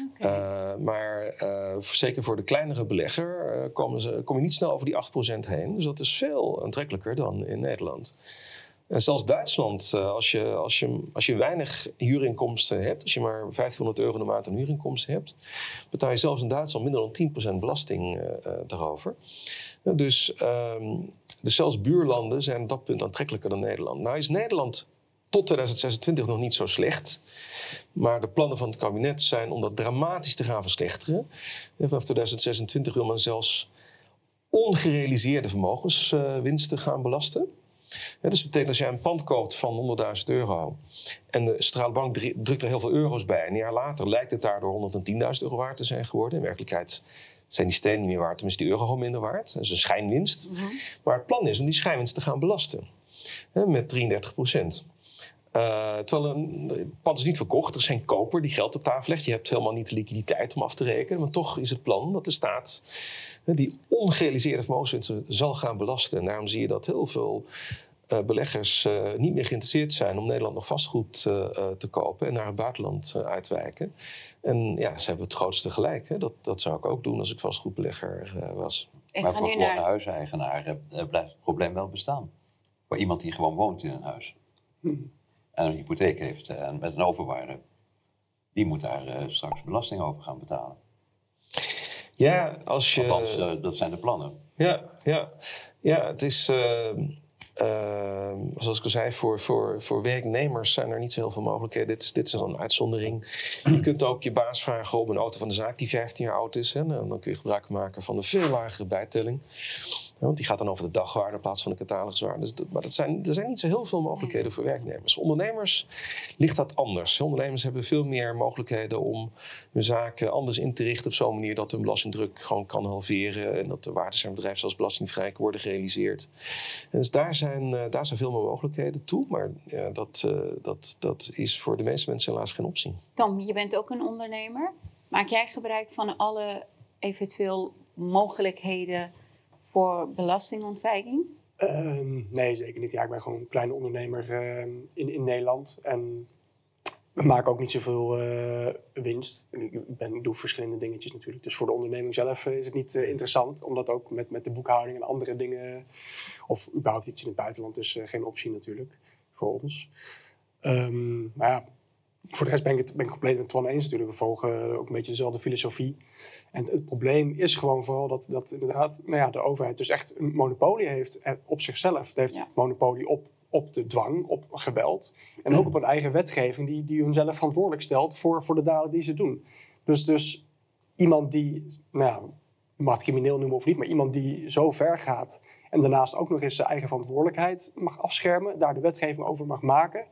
Maar zeker voor de kleinere belegger kom je niet snel over die 8% heen. Dus dat is veel aantrekkelijker dan in Nederland. En zelfs Duitsland, als je weinig huurinkomsten hebt, als je maar 1500 euro in de maand aan huurinkomsten hebt, betaal je zelfs in Duitsland minder dan 10% belasting daarover. Dus zelfs buurlanden zijn op dat punt aantrekkelijker dan Nederland. Nou is Nederland tot 2026 nog niet zo slecht. Maar de plannen van het kabinet zijn om dat dramatisch te gaan verslechteren. En vanaf 2026 wil men zelfs ongerealiseerde vermogenswinsten gaan belasten. Dus dat betekent als jij een pand koopt van 100.000 euro... en de centrale bank drukt er heel veel euro's bij... en een jaar later lijkt het daardoor 110.000 euro waard te zijn geworden. In werkelijkheid zijn die stenen niet meer waard, dan is die euro gewoon minder waard. Dat is een schijnwinst. Maar het plan is om die schijnwinst te gaan belasten. Met 33%. Terwijl een pand is niet verkocht, er is geen koper die geld op tafel legt. Je hebt helemaal niet de liquiditeit om af te rekenen. Maar toch is het plan dat de staat die ongerealiseerde vermogenswinsten zal gaan belasten. En daarom zie je dat heel veel beleggers niet meer geïnteresseerd zijn om Nederland nog vastgoed te kopen en naar het buitenland uitwijken. En ja, ze hebben het grootste gelijk. Hè? Dat zou ik ook doen als ik vastgoedbelegger was. Maar voor een huiseigenaar blijft het probleem wel bestaan. Voor iemand die gewoon woont in een huis. En een hypotheek heeft en met een overwaarde. Die moet daar straks belasting over gaan betalen. Ja, als je... Althans, dat zijn de plannen. Ja, het is... zoals ik al zei, voor werknemers zijn er niet zo heel veel mogelijkheden. Dit is een uitzondering. Je kunt ook je baas vragen om een auto van de zaak die 15 jaar oud is. Hè? Dan kun je gebruik maken van een veel lagere bijtelling. Want die gaat dan over de dagwaarde in plaats van de cataloguswaarde. Maar er zijn niet zo heel veel mogelijkheden voor werknemers. Ondernemers ligt dat anders. Ondernemers hebben veel meer mogelijkheden om hun zaken anders in te richten op zo'n manier dat hun belastingdruk gewoon kan halveren en dat de waardes van bedrijf zelfs belastingvrij worden gerealiseerd. En dus daar zijn veel meer mogelijkheden toe. Maar dat is voor de meeste mensen helaas geen optie. Tom, je bent ook een ondernemer. Maak jij gebruik van alle eventueel mogelijkheden voor belastingontwijking? Nee, zeker niet. Ja, ik ben gewoon een kleine ondernemer in Nederland. En we maken ook niet zoveel winst. Ik doe verschillende dingetjes natuurlijk. Dus voor de onderneming zelf is het niet interessant. Omdat ook met de boekhouding en andere dingen... of überhaupt iets in het buitenland is geen optie natuurlijk voor ons. Maar ja, voor de rest ben ik compleet met Twan eens natuurlijk. We volgen ook een beetje dezelfde filosofie. En het probleem is gewoon vooral dat inderdaad de overheid dus echt een monopolie heeft op zichzelf. Het heeft monopolie op de dwang, op geweld. En ook op een eigen wetgeving die hunzelf verantwoordelijk stelt voor de daden die ze doen. Dus iemand die, je mag het crimineel noemen of niet, maar iemand die zo ver gaat en daarnaast ook nog eens zijn eigen verantwoordelijkheid mag afschermen, daar de wetgeving over mag maken.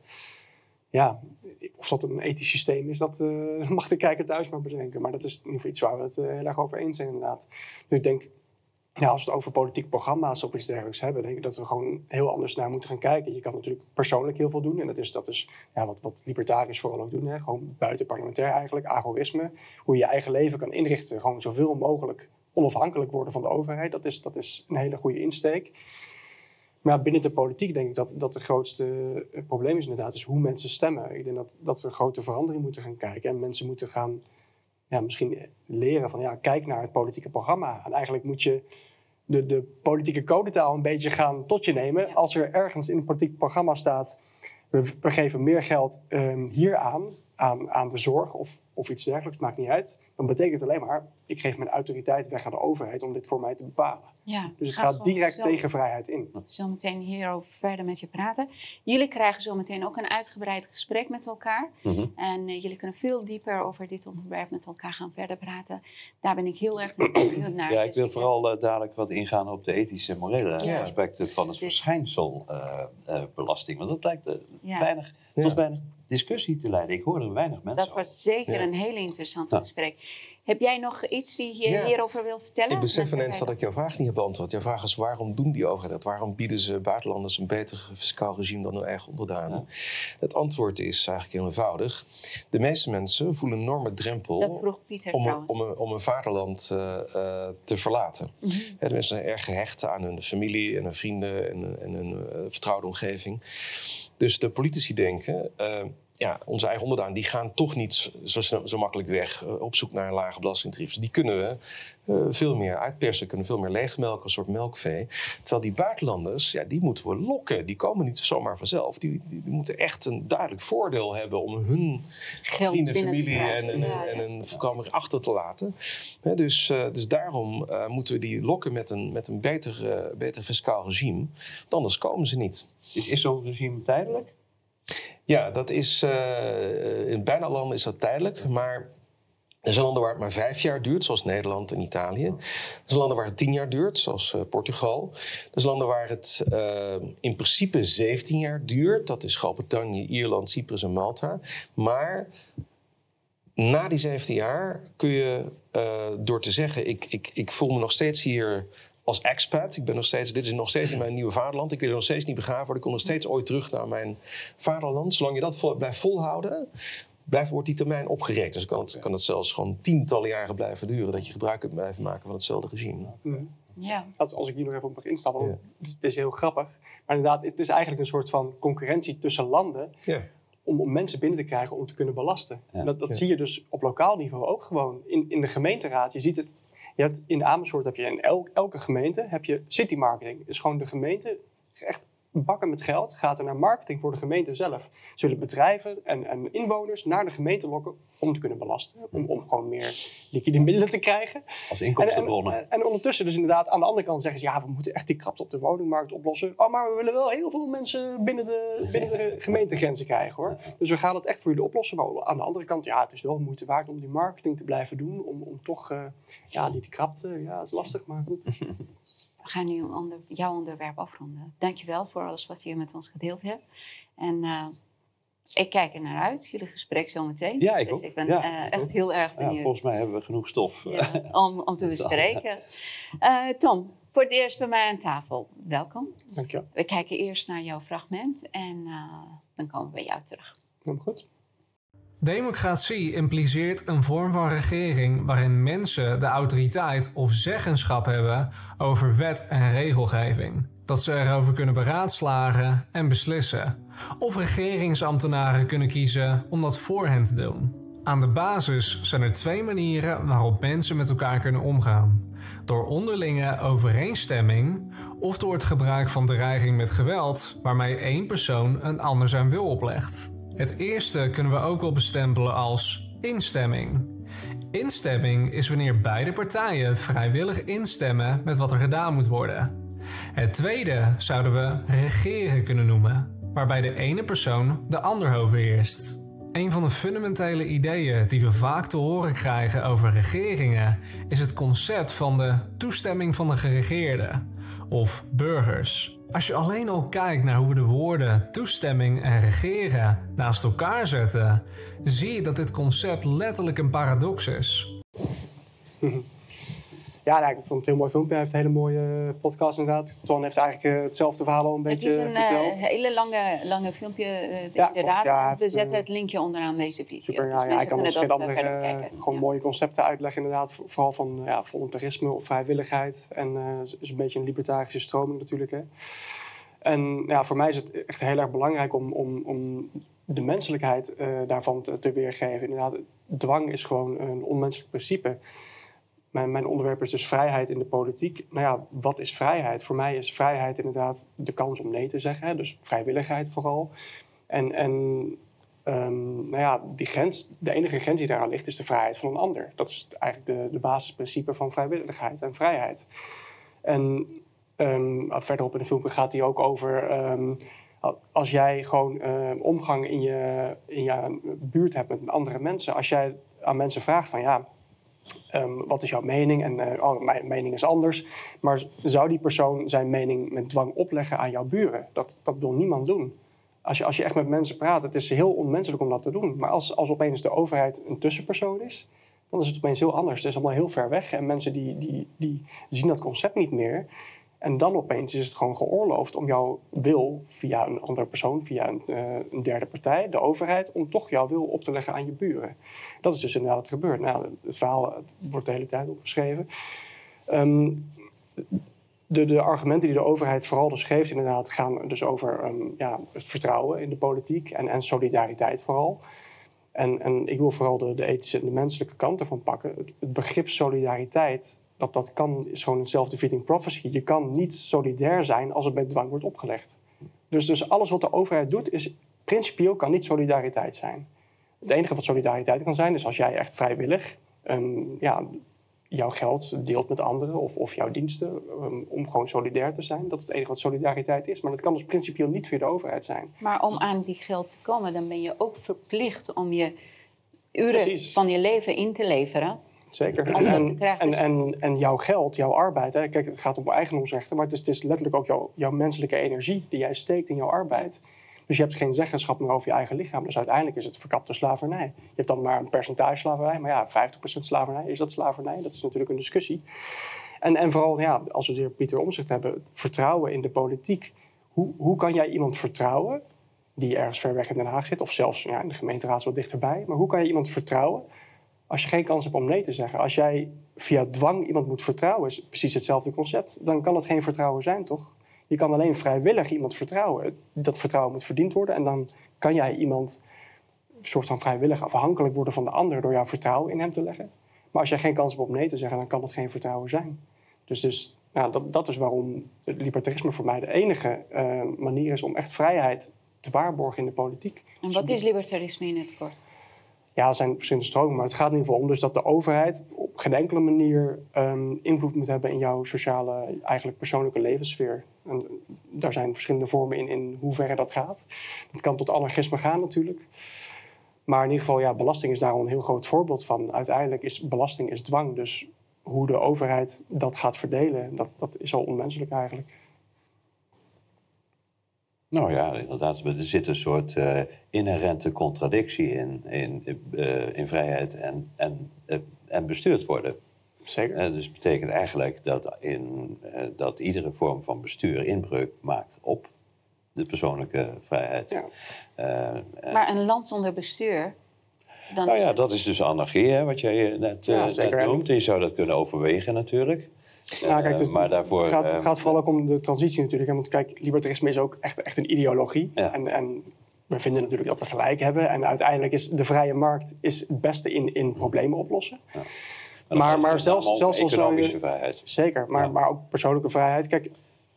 Ja, of dat een ethisch systeem is, dat mag de kijker thuis maar bedenken. Maar dat is in ieder geval iets waar we het heel erg over eens zijn inderdaad. Dus ik denk, als we het over politieke programma's of iets dergelijks hebben, denk ik dat we gewoon heel anders naar moeten gaan kijken. Je kan natuurlijk persoonlijk heel veel doen. En dat is wat libertariërs vooral ook doen. Hè? Gewoon buitenparlementair eigenlijk, agorisme. Hoe je je eigen leven kan inrichten. Gewoon zoveel mogelijk onafhankelijk worden van de overheid. Dat is een hele goede insteek. Maar binnen de politiek denk ik dat het grootste probleem is inderdaad is hoe mensen stemmen. Ik denk dat we een grote verandering moeten gaan kijken. En mensen moeten gaan misschien leren van kijk naar het politieke programma. En eigenlijk moet je de politieke codetaal een beetje gaan tot je nemen. Ja. Als er ergens in het politieke programma staat, we geven meer geld hier aan de zorg of iets dergelijks, maakt niet uit. Dan betekent het alleen maar, ik geef mijn autoriteit weg aan de overheid om dit voor mij te bepalen. Ja, dus het gaat direct tegen vrijheid in. Zometeen hierover verder met je praten. Jullie krijgen zometeen ook een uitgebreid gesprek met elkaar. Mm-hmm. En jullie kunnen veel dieper over dit onderwerp met elkaar gaan verder praten. Daar ben ik heel erg benieuwd naar. Ja, ik wil vooral dadelijk wat ingaan op de ethische en morele aspecten van het verschijnselbelasting. Want dat lijkt tot weinig discussie te leiden. Ik hoor er weinig mensen Dat was zeker een heel interessant gesprek. Heb jij nog iets die je hierover wil vertellen? Ik besef ineens dat ik jouw vraag niet heb beantwoord. Jouw vraag is, waarom doen die overheid dat? Waarom bieden ze buitenlanders een beter fiscaal regime dan hun eigen onderdanen? Ja. Het antwoord is eigenlijk heel eenvoudig. De meeste mensen voelen een enorme drempel dat vroeg Pieter om een vaderland te verlaten. Mm-hmm. De mensen zijn erg gehecht aan hun familie en hun vrienden en hun vertrouwde omgeving. Dus de politici denken, onze eigen onderdanen die gaan toch niet zo makkelijk weg op zoek naar een lage belastingtarief. Dus die kunnen we veel meer uitpersen, kunnen veel meer leegmelken, een soort melkvee. Terwijl die buitenlanders, die moeten we lokken. Die komen niet zomaar vanzelf. Die moeten echt een duidelijk voordeel hebben om hun vrienden, familie en een voorkomen achter te laten. Dus daarom moeten we die lokken met een beter fiscaal regime. Want anders komen ze niet. Is zo'n regime tijdelijk? Ja, dat is in bijna landen is dat tijdelijk, maar er zijn landen waar het maar 5 jaar duurt, zoals Nederland en Italië. Er zijn landen waar het 10 jaar duurt, zoals Portugal. Er zijn landen waar het in principe 17 jaar duurt. Dat is Groot-Brittannië, Ierland, Cyprus en Malta. Maar na die 17 jaar kun je door te zeggen, ik voel me nog steeds hier als expat. Dit is nog steeds in mijn nieuwe vaderland. Ik wil er nog steeds niet begraven worden. Ik kom nog steeds ooit terug naar mijn vaderland. Zolang je dat blijft volhouden, wordt die termijn opgerekt. Dus kan het zelfs gewoon tientallen jaren blijven duren dat je gebruik kunt blijven maken van hetzelfde regime. Ja. Als ik hier nog even op mag instappen, het is heel grappig. Maar inderdaad, het is eigenlijk een soort van concurrentie tussen landen om mensen binnen te krijgen om te kunnen belasten. Ja. Dat zie je dus op lokaal niveau ook gewoon in de gemeenteraad. Je ziet het. In Amersfoort heb je in elke gemeente heb je city marketing. Dus gewoon de gemeente echt bakken met geld gaat er naar marketing voor de gemeente zelf. Zullen bedrijven en inwoners naar de gemeente lokken om te kunnen belasten. Om gewoon meer liquide middelen te krijgen. Als inkomstenbronnen. En ondertussen dus inderdaad aan de andere kant zeggen ze, we moeten echt die krapte op de woningmarkt oplossen. Oh, maar we willen wel heel veel mensen binnen de gemeentegrenzen krijgen, hoor. Dus we gaan het echt voor jullie oplossen. Maar aan de andere kant, het is wel moeite waard om die marketing te blijven doen. Om toch, die krapte, het is lastig, maar goed. we gaan nu jouw onderwerp afronden. Dankjewel voor alles wat je hier met ons gedeeld hebt. En ik kijk er naar uit, jullie gesprek zometeen. Ja, ik dus ook. ik ben echt heel erg benieuwd. Ja, volgens mij hebben we genoeg stof. Om te bespreken. Tom, voor het eerst bij mij aan tafel. Welkom. Dank je wel. We kijken eerst naar jouw fragment en dan komen we bij jou terug. Helemaal goed. Democratie impliceert een vorm van regering waarin mensen de autoriteit of zeggenschap hebben over wet en regelgeving. Dat ze erover kunnen beraadslagen en beslissen. Of regeringsambtenaren kunnen kiezen om dat voor hen te doen. Aan de basis zijn er 2 manieren waarop mensen met elkaar kunnen omgaan. Door onderlinge overeenstemming of door het gebruik van dreiging met geweld waarmee één persoon een ander zijn wil oplegt. Het eerste kunnen we ook wel bestempelen als instemming. Instemming is wanneer beide partijen vrijwillig instemmen met wat er gedaan moet worden. Het tweede zouden we regeren kunnen noemen, waarbij de ene persoon de ander overheerst. Een van de fundamentele ideeën die we vaak te horen krijgen over regeringen is het concept van de toestemming van de geregeerde, of burgers. Als je alleen al kijkt naar hoe we de woorden toestemming en regeren naast elkaar zetten, zie je dat dit concept letterlijk een paradox is. Ja, ik vond het een heel mooi filmpje. Hij heeft een hele mooie podcast inderdaad. Twan heeft eigenlijk hetzelfde verhaal al een beetje verteld. Het is een hele lange filmpje, inderdaad. Ja, we zetten het linkje onderaan deze video. Super, dus hij kan ons geen verder kijken. gewoon mooie concepten uitleggen inderdaad. Vooral van voluntarisme of vrijwilligheid. En is een beetje een libertarische stroming natuurlijk. Hè. En voor mij is het echt heel erg belangrijk om de menselijkheid daarvan te weergeven. Inderdaad, dwang is gewoon een onmenselijk principe. Mijn onderwerp is dus vrijheid in de politiek. Wat is vrijheid? Voor mij is vrijheid inderdaad de kans om nee te zeggen. Hè? Dus vrijwilligheid vooral. Die grens, de enige grens die daaraan ligt, is de vrijheid van een ander. Dat is eigenlijk de basisprincipe van vrijwilligheid en vrijheid. En verderop in de filmpje gaat hij ook over als jij gewoon omgang in je buurt hebt met andere mensen. Als jij aan mensen vraagt van wat is jouw mening? En mijn mening is anders. Maar zou die persoon zijn mening met dwang opleggen aan jouw buren? Dat wil niemand doen. Als je echt met mensen praat, het is heel onmenselijk om dat te doen. Maar als opeens de overheid een tussenpersoon is, dan is het opeens heel anders. Het is allemaal heel ver weg. En mensen die zien dat concept niet meer. En dan opeens is het gewoon geoorloofd om jouw wil via een andere persoon, via een derde partij, de overheid, om toch jouw wil op te leggen aan je buren. Dat is dus inderdaad wat er gebeurt. Het verhaal wordt de hele tijd opgeschreven. De argumenten die de overheid vooral dus geeft inderdaad gaan dus over het vertrouwen in de politiek en solidariteit vooral. En ik wil vooral de ethische en de menselijke kant ervan pakken. Het begrip solidariteit, dat kan, is gewoon een self-defeating prophecy. Je kan niet solidair zijn als het met dwang wordt opgelegd. Dus alles wat de overheid doet, is principieel kan niet solidariteit zijn. Het enige wat solidariteit kan zijn, is als jij echt vrijwillig jouw geld deelt met anderen of jouw diensten om gewoon solidair te zijn. Dat is het enige wat solidariteit is. Maar dat kan dus principieel niet via de overheid zijn. Maar om aan die geld te komen, dan ben je ook verplicht om je uren van je leven in te leveren. Zeker. En jouw geld, jouw arbeid. Hè, kijk, het gaat om eigendomsrechten, maar het is letterlijk ook jouw menselijke energie die jij steekt in jouw arbeid. Dus je hebt geen zeggenschap meer over je eigen lichaam. Dus uiteindelijk is het verkapte slavernij. Je hebt dan maar een percentage slavernij. Maar 50% slavernij, is dat slavernij? Dat is natuurlijk een discussie. En vooral, als we het weer Pieter Omtzigt hebben, het vertrouwen in de politiek. Hoe kan jij iemand vertrouwen die ergens ver weg in Den Haag zit, of zelfs in de gemeenteraad wat dichterbij. Maar hoe kan je iemand vertrouwen als je geen kans hebt om nee te zeggen? Als jij via dwang iemand moet vertrouwen, is precies hetzelfde concept, dan kan het geen vertrouwen zijn, toch? Je kan alleen vrijwillig iemand vertrouwen. Dat vertrouwen moet verdiend worden en dan kan jij iemand een soort van vrijwillig afhankelijk worden van de ander door jouw vertrouwen in hem te leggen. Maar als jij geen kans hebt om nee te zeggen, dan kan dat geen vertrouwen zijn. Dus dat is waarom het libertarisme voor mij de enige manier is om echt vrijheid te waarborgen in de politiek. En wat is libertarisme in het kort? Ja, er zijn verschillende stromingen, maar het gaat in ieder geval om dus dat de overheid op geen enkele manier invloed moet hebben in jouw sociale, eigenlijk persoonlijke levenssfeer. En daar zijn verschillende vormen in hoeverre dat gaat. Het kan tot anarchisme gaan natuurlijk. Maar in ieder geval, belasting is daar al een heel groot voorbeeld van. Uiteindelijk is belasting dwang, dus hoe de overheid dat gaat verdelen, dat is al onmenselijk eigenlijk. Nou ja, inderdaad. Er zit een soort inherente contradictie in vrijheid en bestuurd worden. Zeker. Dus het betekent eigenlijk dat iedere vorm van bestuur inbreuk maakt op de persoonlijke vrijheid. Ja. Maar een land zonder bestuur... Dan Nou is ja, het... dat is dus anarchie, hè, wat jij net noemt. Je zou dat kunnen overwegen natuurlijk. Nou, kijk, dus maar daarvoor, het gaat vooral ook om de transitie natuurlijk. Want kijk, libertarisme is ook echt een ideologie. Ja. En we vinden natuurlijk dat we gelijk hebben. En uiteindelijk is de vrije markt het beste in problemen oplossen. Ja. Maar zelfs als economische vrijheid. Zeker, maar ook persoonlijke vrijheid. Kijk,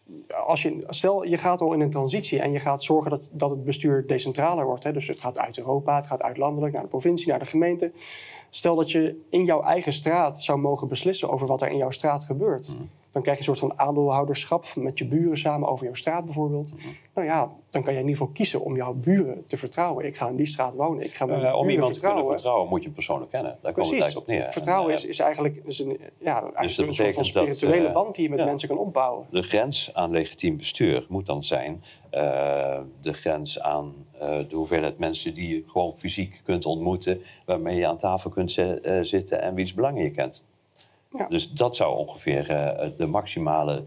stel je gaat al in een transitie en je gaat zorgen dat het bestuur decentraler wordt. Hè? Dus het gaat uit Europa, het gaat uit landelijk, naar de provincie, naar de gemeente. Stel dat je in jouw eigen straat zou mogen beslissen over wat er in jouw straat gebeurt. Dan krijg je een soort van aandeelhouderschap met je buren samen over jouw straat bijvoorbeeld. Nou ja, dan kan je in ieder geval kiezen om jouw buren te vertrouwen. Ik ga in die straat wonen, ik ga mijn buren om iemand vertrouwen. te kunnen vertrouwen moet je hem persoonlijk kennen. Daar komt het eigenlijk op neer. Vertrouwen is eigenlijk een soort van spirituele band die je met mensen kan opbouwen. De grens aan legitiem bestuur moet dan zijn de grens aan de hoeveelheid mensen die je gewoon fysiek kunt ontmoeten, waarmee je aan tafel kunt zitten en wiens belangen je kent. Ja. Dus dat zou ongeveer de maximale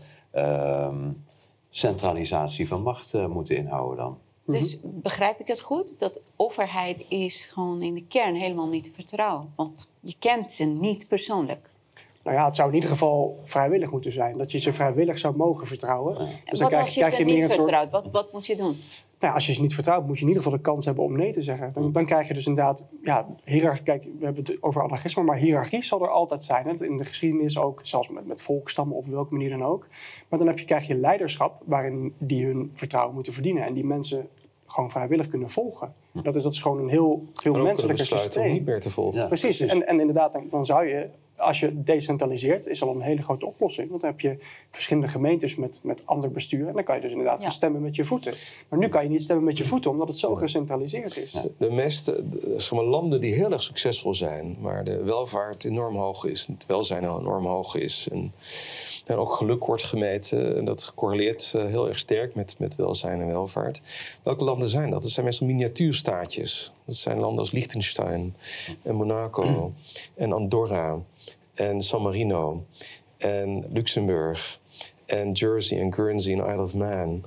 centralisatie van macht moeten inhouden dan. Dus begrijp ik het goed? Dat de overheid is gewoon in de kern helemaal niet te vertrouwen. Want je kent ze niet persoonlijk. Nou ja, het zou in ieder geval vrijwillig moeten zijn. Dat je ze vrijwillig zou mogen vertrouwen. Ja. Dus wat als je ze niet vertrouwt? Wat moet je doen? Nou, als je ze niet vertrouwt, moet je in ieder geval de kans hebben om nee te zeggen. Dan krijg je dus inderdaad... hiërarchie. Kijk, we hebben het over anarchisme, maar hiërarchie zal er altijd zijn. Hè? In de geschiedenis ook, zelfs met volkstammen op welke manier dan ook. Maar dan krijg je leiderschap waarin die hun vertrouwen moeten verdienen. En die mensen gewoon vrijwillig kunnen volgen. Dat is gewoon een heel veel menselijker systeem. Om niet meer te volgen. Ja, precies. En inderdaad, dan zou je... Als je decentraliseert, is al een hele grote oplossing. Want dan heb je verschillende gemeentes met ander bestuur. En dan kan je dus inderdaad gaan stemmen met je voeten. Maar nu kan je niet stemmen met je voeten, omdat het zo gecentraliseerd is. De meeste landen die heel erg succesvol zijn, waar de welvaart enorm hoog is, het welzijn enorm hoog is, en ook geluk wordt gemeten. En dat correleert heel erg sterk met welzijn en welvaart. Welke landen zijn dat? Dat zijn meestal miniatuurstaatjes. Dat zijn landen als Liechtenstein en Monaco en Andorra en San Marino en Luxemburg en Jersey en Guernsey en Isle of Man.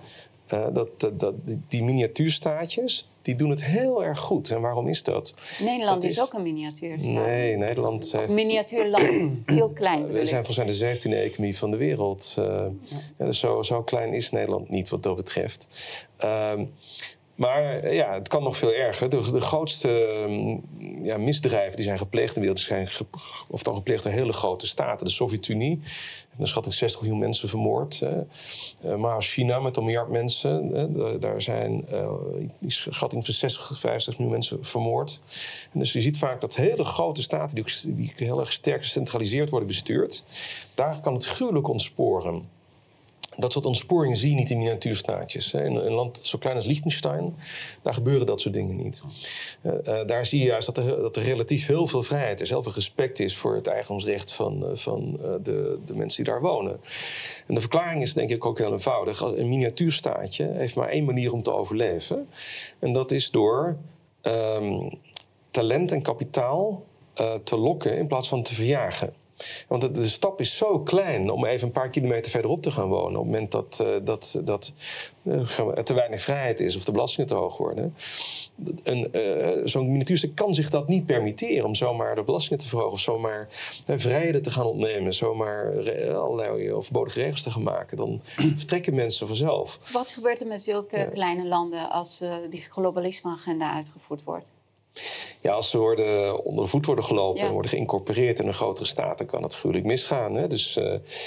Die miniatuurstaatjes, die doen het heel erg goed. En waarom is dat? Nederland is ook een miniatuurstaat. Nee, Nederland heeft... Miniatuurland, heel klein. We zijn volgens mij de 17e economie van de wereld. Dus zo klein is Nederland niet wat dat betreft. Maar ja, het kan nog veel erger. De grootste misdrijven die zijn gepleegd in de wereld zijn gepleegd door hele grote staten. De Sovjet-Unie, daar schatting 60 miljoen mensen vermoord. Maar als China met 1 miljard mensen, daar zijn schatting van 60, 65 miljoen mensen vermoord. En dus je ziet vaak dat hele grote staten die heel erg sterk gecentraliseerd worden bestuurd, daar kan het gruwelijk ontsporen. Dat soort ontsporingen zie je niet in miniatuurstaatjes. In een land zo klein als Liechtenstein, daar gebeuren dat soort dingen niet. Daar zie je juist dat er relatief heel veel vrijheid is. Heel veel respect is voor het eigendomsrecht van de mensen die daar wonen. En de verklaring is denk ik ook heel eenvoudig. Een miniatuurstaatje heeft maar 1 manier om te overleven. En dat is door talent en kapitaal te lokken in plaats van te verjagen. Want de stap is zo klein om even een paar kilometer verderop te gaan wonen. Op het moment dat er te weinig vrijheid is of de belastingen te hoog worden. Zo'n miniatuurstuk kan zich dat niet permitteren om zomaar de belastingen te verhogen. Of zomaar vrijheden te gaan ontnemen. Zomaar allerlei overbodige regels te gaan maken. Dan vertrekken mensen vanzelf. Wat gebeurt er met zulke kleine landen als die globalisme-agenda uitgevoerd wordt? Ja, als ze onder de voet worden gelopen en worden geïncorporeerd in een grotere staat, dan kan het gruwelijk misgaan. Hè? Dus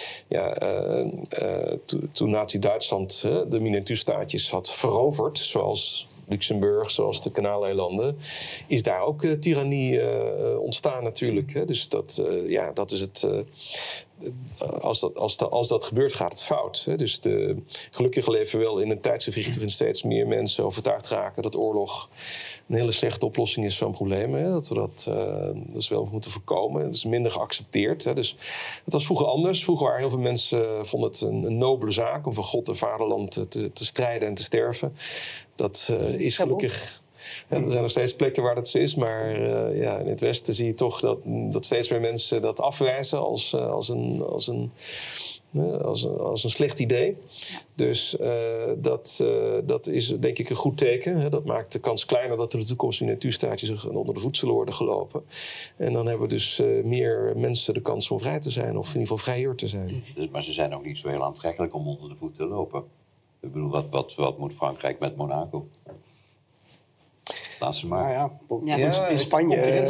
toen Nazi-Duitsland de miniatuurstaatjes had veroverd, zoals Luxemburg, zoals de Kanaaleilanden, is daar ook tirannie ontstaan natuurlijk. Hè? Dus dat is als dat gebeurt, gaat het fout. Hè? Dus gelukkig leven we wel in een tijdsgevricht waarin steeds meer mensen overtuigd raken dat oorlog een hele slechte oplossing is van problemen. Hè? Dat we dat wel moeten voorkomen. Het is minder geaccepteerd. Hè? Dus het was vroeger anders. Vroeger waren heel veel mensen vonden het een nobele zaak om voor God en vaderland te strijden en te sterven. Dat is gelukkig. En er zijn nog steeds plekken waar dat zo is, maar in het Westen zie je toch dat steeds meer mensen dat afwijzen als een slecht idee. Dus dat is denk ik een goed teken. Hè. Dat maakt de kans kleiner dat er in de toekomst die natuurstaatjes onder de voedsel worden gelopen. En dan hebben dus meer mensen de kans om vrij te zijn, of in ieder geval vrijer te zijn. Maar ze zijn ook niet zo heel aantrekkelijk om onder de voet te lopen. Ik bedoel, wat moet Frankrijk met Monaco? Laat ze maar. In Spanje.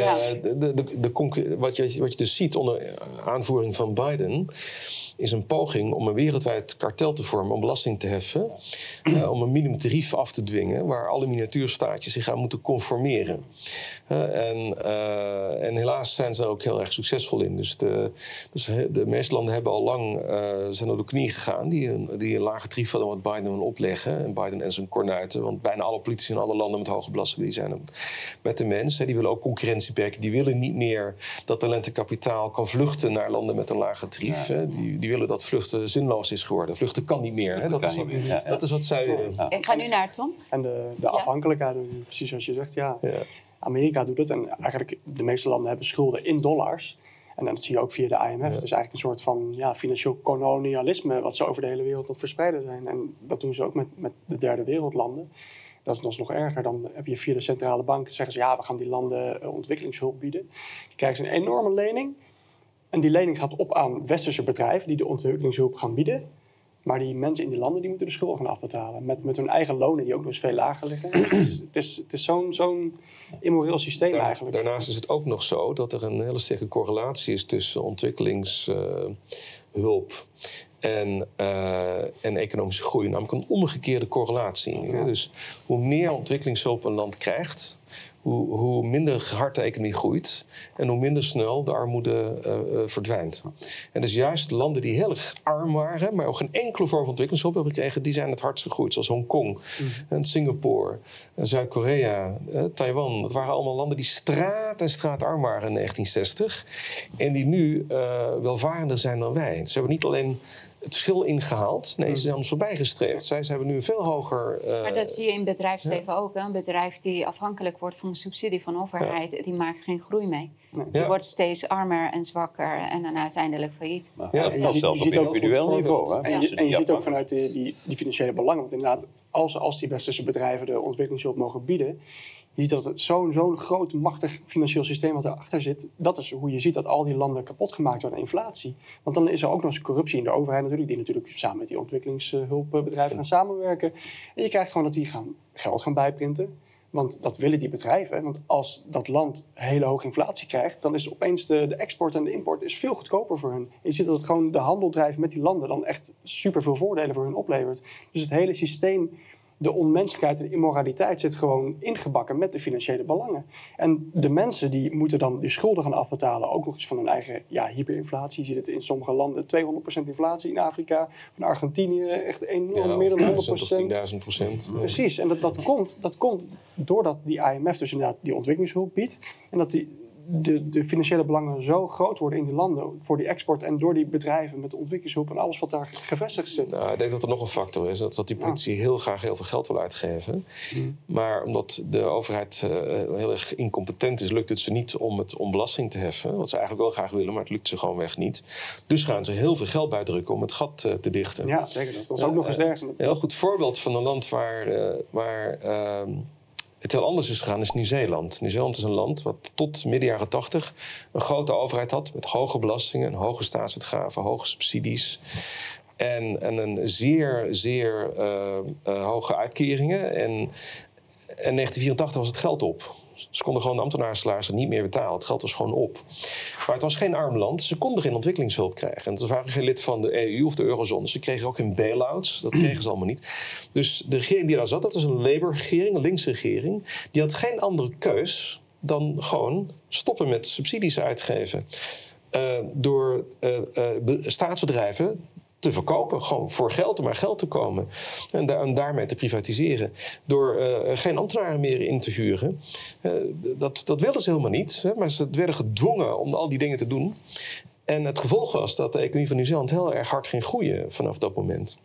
Wat je dus ziet onder aanvoering van Biden is een poging om een wereldwijd kartel te vormen om belasting te heffen. Om een minimumtarief af te dwingen waar alle miniatuurstaatjes zich aan moeten conformeren. En helaas zijn ze er ook heel erg succesvol in. Dus de meeste landen hebben al lang zijn op de knie gegaan die een lage tarief hadden wat Biden wil opleggen. En Biden en zijn kornuiten, want bijna alle politici in alle landen met hoge belasting die zijn met de mens. Die willen ook concurrentie beperken. Die willen niet meer dat talent en kapitaal kan vluchten naar landen met een lage tarief. Ja. Die willen dat vluchten zinloos is geworden. Vluchten kan niet meer. Dat is wat zij willen. Ja. Ik ga nu naar Tom. En de afhankelijkheid, precies zoals je zegt. Ja. Amerika doet het. En eigenlijk de meeste landen hebben schulden in dollars. En dat zie je ook via de IMF. Het is eigenlijk een soort van financieel kolonialisme wat ze over de hele wereld aan het verspreiden zijn. En dat doen ze ook met de derde wereldlanden. Dat is nog erger. Dan heb je via de centrale bank zeggen ze we gaan die landen ontwikkelingshulp bieden. Die krijgen ze een enorme lening. En die lening gaat op aan westerse bedrijven die de ontwikkelingshulp gaan bieden. Maar die mensen in die landen die moeten de schulden gaan afbetalen. Met hun eigen lonen die ook nog eens veel lager liggen. Dus het is zo'n immoreel systeem eigenlijk. Daarnaast is het ook nog zo dat er een hele sterke correlatie is tussen ontwikkelingshulp en economische groei. Namelijk een omgekeerde correlatie. Ja. Dus hoe meer ontwikkelingshulp een land krijgt, hoe minder hard de economie groeit en hoe minder snel de armoede verdwijnt. En dus juist landen die heel erg arm waren, maar ook geen enkele vorm van ontwikkelingshulp hebben gekregen, die zijn het hardst gegroeid. Zoals Hongkong, en Singapore, en Zuid-Korea, Taiwan. Dat waren allemaal landen die straat arm waren in 1960 en die nu welvarender zijn dan wij. Ze hebben niet alleen het verschil ingehaald. Nee, ze zijn ons voorbij gestreefd. Ze hebben nu een veel hoger... Maar dat zie je in bedrijfsleven ook. Hè? Een bedrijf die afhankelijk wordt van de subsidie van de overheid, die maakt geen groei mee. Die wordt steeds armer en zwakker en dan uiteindelijk failliet. Je ziet ook individueel niveau. En je ziet ook vanuit die financiële belangen. Want inderdaad, als die westerse bedrijven de ontwikkelingshulp mogen bieden, je ziet dat het zo'n groot, machtig financieel systeem wat erachter zit. Dat is hoe je ziet dat al die landen kapot gemaakt worden aan inflatie. Want dan is er ook nog eens corruptie in de overheid natuurlijk. Die natuurlijk samen met die ontwikkelingshulpbedrijven gaan samenwerken. En je krijgt gewoon dat die geld gaan bijprinten. Want dat willen die bedrijven. Want als dat land hele hoge inflatie krijgt, dan is opeens de export en de import is veel goedkoper voor hun. En je ziet dat het gewoon de handel drijven met die landen dan echt super veel voordelen voor hun oplevert. Dus het hele systeem, de onmenselijkheid en de immoraliteit zit gewoon ingebakken met de financiële belangen. En de mensen die moeten dan die schulden gaan afbetalen, ook nog eens van hun eigen hyperinflatie. Je ziet het in sommige landen, 200% inflatie in Afrika. Van Argentinië echt enorm, meer dan 100%. Of 10.000%. Precies, en dat komt doordat die IMF dus inderdaad die ontwikkelingshulp biedt. En dat de financiële belangen zo groot worden in die landen voor die export en door die bedrijven met ontwikkelingshulp en alles wat daar gevestigd zit. Nou, ik denk dat er nog een factor is, dat die politici heel graag heel veel geld wil uitgeven. Maar omdat de overheid heel erg incompetent is, lukt het ze niet om belasting te heffen. Wat ze eigenlijk wel graag willen, maar het lukt ze gewoon weg niet. Dus gaan ze heel veel geld bijdrukken om het gat te dichten. Ja, zeker. Dat is ook nog eens ergens. Een heel goed voorbeeld van een land waar het heel anders is gegaan is Nieuw-Zeeland. Nieuw-Zeeland is een land wat tot midden jaren 80 een grote overheid had met hoge belastingen, hoge staatsuitgaven, hoge subsidies en een zeer hoge uitkeringen. En in 1984 was het geld op. Ze konden gewoon de ambtenarensalarissen niet meer betalen. Het geld was gewoon op. Maar het was geen arm land. Ze konden geen ontwikkelingshulp krijgen. En ze waren geen lid van de EU of de eurozone. Ze kregen ook geen bail-outs. Dat kregen ze allemaal niet. Dus de regering die daar zat, dat was een Labour-regering, een linkse regering. Die had geen andere keus dan gewoon stoppen met subsidies uitgeven. door staatsbedrijven te verkopen. Gewoon voor geld, om maar geld te komen. En daarmee te privatiseren. Door geen ambtenaren meer in te huren. Dat wilden ze helemaal niet. Hè, maar ze werden gedwongen om al die dingen te doen. En het gevolg was dat de economie van Nieuw-Zeeland heel erg hard ging groeien vanaf dat moment.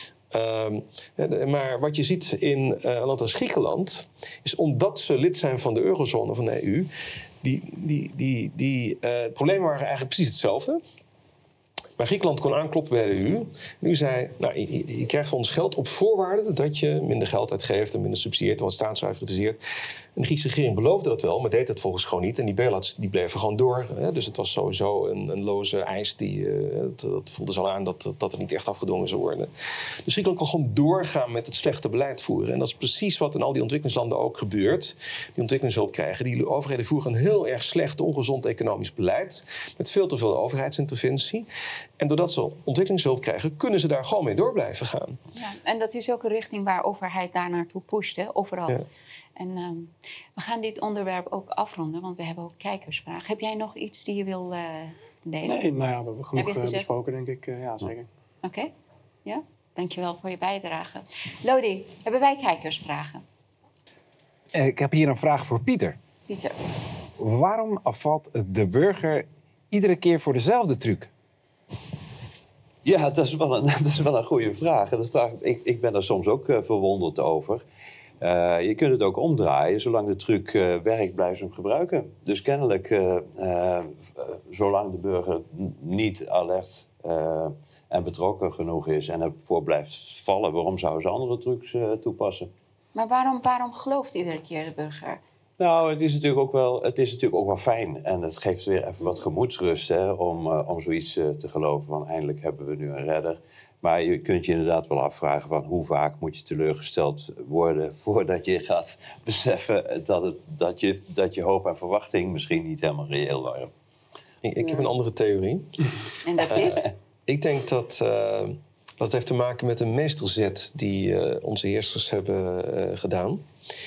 Maar wat je ziet in een land als Griekenland, is omdat ze lid zijn van de eurozone of van de EU, het probleem waren eigenlijk precies hetzelfde. Maar Griekenland kon aankloppen bij de EU. En u zei, nou, je krijgt van ons geld op voorwaarde dat je minder geld uitgeeft en minder subsidieert en wat staatsvrij privatiseert. En de Griekse regering beloofde dat wel, maar deed dat volgens gewoon niet. En die bail-outs die bleven gewoon door. Hè. Dus het was sowieso een loze eis. Dat voelde ze al aan dat er niet echt afgedwongen zou worden. Dus Griekenland kon gewoon doorgaan met het slechte beleid voeren. En dat is precies wat in al die ontwikkelingslanden ook gebeurt. Die ontwikkelingshulp krijgen. Die overheden voeren een heel erg slecht, ongezond economisch beleid. Met veel te veel overheidsinterventie. En doordat ze ontwikkelingshulp krijgen, kunnen ze daar gewoon mee door blijven gaan. Ja, en dat is ook een richting waar overheid daar naartoe pusht, hè, overal. Ja. En we gaan dit onderwerp ook afronden, want we hebben ook kijkersvragen. Heb jij nog iets die je wil delen? Nee, nou ja, we hebben genoeg besproken, denk ik. Ja, zeker. Oké. Ja, dankjewel voor je bijdrage. Lodi, hebben wij kijkersvragen? Ik heb hier een vraag voor Pieter. Pieter. Waarom valt de burger iedere keer voor dezelfde truc? Ja, dat is wel een goede vraag. Ik ben er soms ook verwonderd over. Je kunt het ook omdraaien. Zolang de truc werkt, blijf je hem gebruiken. Dus kennelijk, zolang de burger niet alert en betrokken genoeg is en ervoor blijft vallen, waarom zouden ze andere trucs toepassen? Maar waarom gelooft iedere keer de burger? Nou, het is natuurlijk ook wel fijn. En het geeft weer even wat gemoedsrust, hè, om zoiets te geloven van eindelijk hebben we nu een redder. Maar je kunt je inderdaad wel afvragen van hoe vaak moet je teleurgesteld worden voordat je gaat beseffen dat je hoop en verwachting misschien niet helemaal reëel waren. Ik heb een andere theorie. En dat is? Ik denk dat het heeft te maken met een meesterzet die onze heersers hebben gedaan.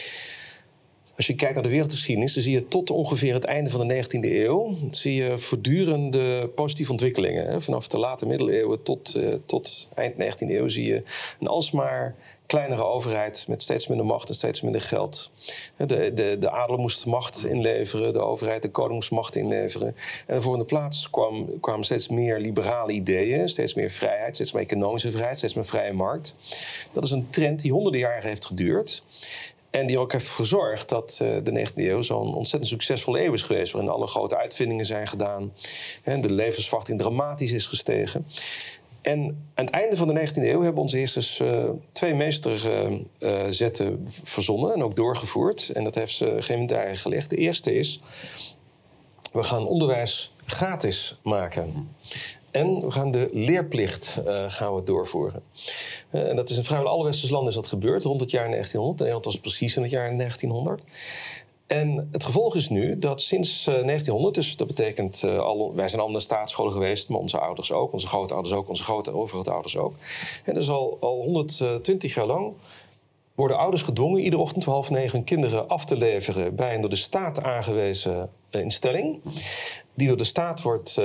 Als je kijkt naar de wereldgeschiedenis, dan zie je tot ongeveer het einde van de 19e eeuw zie je voortdurende positieve ontwikkelingen. Hè. Vanaf de late middeleeuwen tot eind 19e eeuw zie je een alsmaar kleinere overheid met steeds minder macht en steeds minder geld. De adel moest macht inleveren, de overheid, de koning moest macht inleveren. En voor in de plaats kwamen steeds meer liberale ideeën, steeds meer vrijheid, steeds meer economische vrijheid, steeds meer vrije markt. Dat is een trend die honderden jaren heeft geduurd. En die ook heeft gezorgd dat de 19e eeuw zo'n ontzettend succesvolle eeuw is geweest. Waarin alle grote uitvindingen zijn gedaan. En de levensverwachting dramatisch is gestegen. En aan het einde van de 19e eeuw hebben onze heersers twee meesterzetten verzonnen en ook doorgevoerd. En dat heeft ze geen winter gelegd. De eerste is, we gaan onderwijs gratis maken. En we gaan de leerplicht gaan we doorvoeren. En dat is in vrijwel alle westerse landen is dat gebeurd rond het jaar 1900. In Nederland was het precies in het jaar 1900. En het gevolg is nu dat sinds 1900, dus dat betekent, wij zijn allemaal naar staatsscholen geweest, maar onze ouders ook, onze grootouders ook, onze overgrootouders ook. En dus al 120 jaar lang worden ouders gedwongen iedere ochtend 8:30 hun kinderen af te leveren bij een door de staat aangewezen instelling. Die door de staat wordt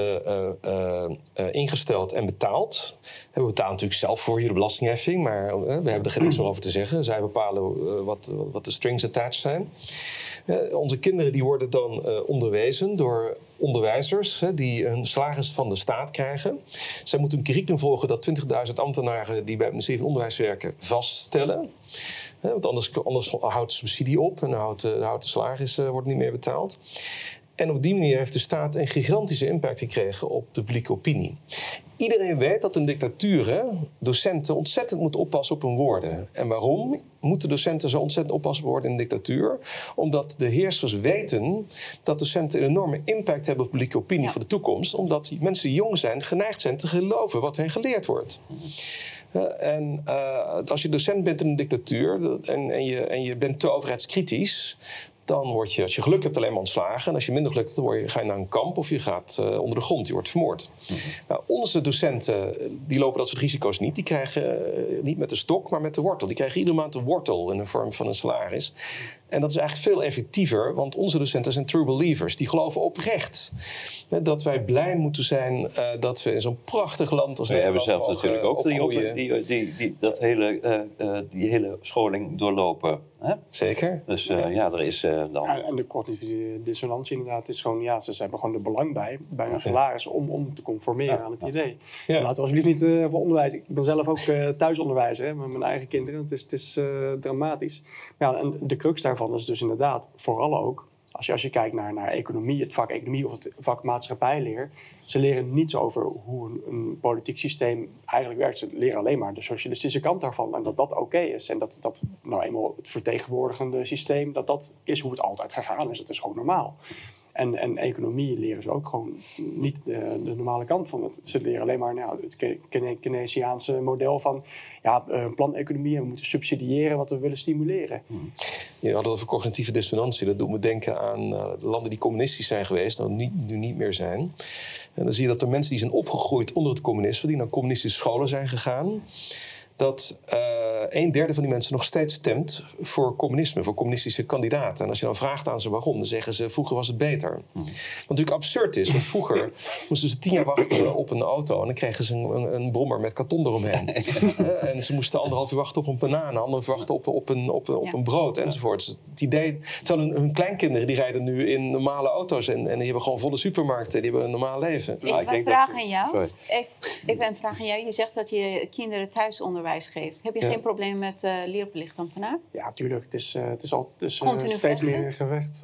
ingesteld en betaald. We betalen natuurlijk zelf voor hier de belastingheffing, maar we hebben er geen niks meer over te zeggen. Zij bepalen wat de strings attached zijn. Onze kinderen die worden dan onderwezen door onderwijzers die een salaris van de staat krijgen. Zij moeten een curriculum volgen dat 20.000 ambtenaren die bij het ministerie van Onderwijs werken vaststellen. Want anders houdt de subsidie op en dan houdt de salaris wordt niet meer betaald. En op die manier heeft de staat een gigantische impact gekregen op de publieke opinie. Iedereen weet dat in dictaturen docenten ontzettend moeten oppassen op hun woorden. En waarom moeten docenten zo ontzettend oppassen op woorden in een dictatuur? Omdat de heersers weten dat docenten een enorme impact hebben op de publieke opinie voor de toekomst. Omdat mensen die jong zijn geneigd zijn te geloven wat hen geleerd wordt. En als je docent bent in een dictatuur en je bent te overheidskritisch, dan word je, als je geluk hebt, alleen maar ontslagen. En als je minder geluk hebt, dan ga je naar een kamp of je gaat onder de grond. Je wordt vermoord. Nou, onze docenten die lopen dat soort risico's niet. Die krijgen niet met de stok, maar met de wortel. Die krijgen iedere maand een wortel in de vorm van een salaris. En dat is eigenlijk veel effectiever, want onze docenten zijn true believers. Die geloven oprecht dat wij blij moeten zijn dat we in zo'n prachtig land als Nederland hebben zelf natuurlijk ook de opgroeien. jongeren die hele scholing doorlopen. Hè? Zeker. Dus er is dan... Ja, en de cognitieve dissonantie inderdaad is gewoon... ze hebben gewoon er belang bij hun salaris om te conformeren aan het idee. Ja. Laten we alsjeblieft niet voor onderwijs... Ik ben zelf ook thuisonderwijzer met mijn eigen kinderen. Het is dramatisch. Ja, en de crux daarvan is dus inderdaad vooral ook... Als je kijkt naar economie, het vak economie of het vak maatschappijleer... ze leren niets over hoe een politiek systeem eigenlijk werkt. Ze leren alleen maar de socialistische kant daarvan. En dat oké is. En dat nou eenmaal het vertegenwoordigende systeem... dat is hoe het altijd gegaan is. Het is gewoon normaal. En economie leren ze ook gewoon niet de normale kant van het. Ze leren alleen maar het Keynesiaanse model van planeconomie. En we moeten subsidiëren wat we willen stimuleren. Je had het over cognitieve dissonantie. Dat doet me denken aan de landen die communistisch zijn geweest, nu niet meer zijn. En dan zie je dat de mensen die zijn opgegroeid onder het communisme, die naar communistische scholen zijn gegaan, dat 1/3 van die mensen nog steeds stemt voor communisme, voor communistische kandidaten. En als je dan vraagt aan ze waarom, dan zeggen ze vroeger was het beter. Wat natuurlijk absurd is, want vroeger moesten ze 10 jaar wachten op een auto en dan kregen ze een brommer met karton eromheen. En ze moesten 1,5 uur wachten op een banaan, 1,5 uur wachten op een brood enzovoort. Dus het idee, terwijl hun kleinkinderen die rijden nu in normale auto's en die hebben gewoon volle supermarkten, die hebben een normaal leven. Even een vraag aan jou. Even een vraag aan jou. Je zegt dat je kinderen thuisonderwijs geeft. Heb je geen probleem met leerplichtambtenaar? Ja, tuurlijk. Het is steeds vechten? meer gevecht.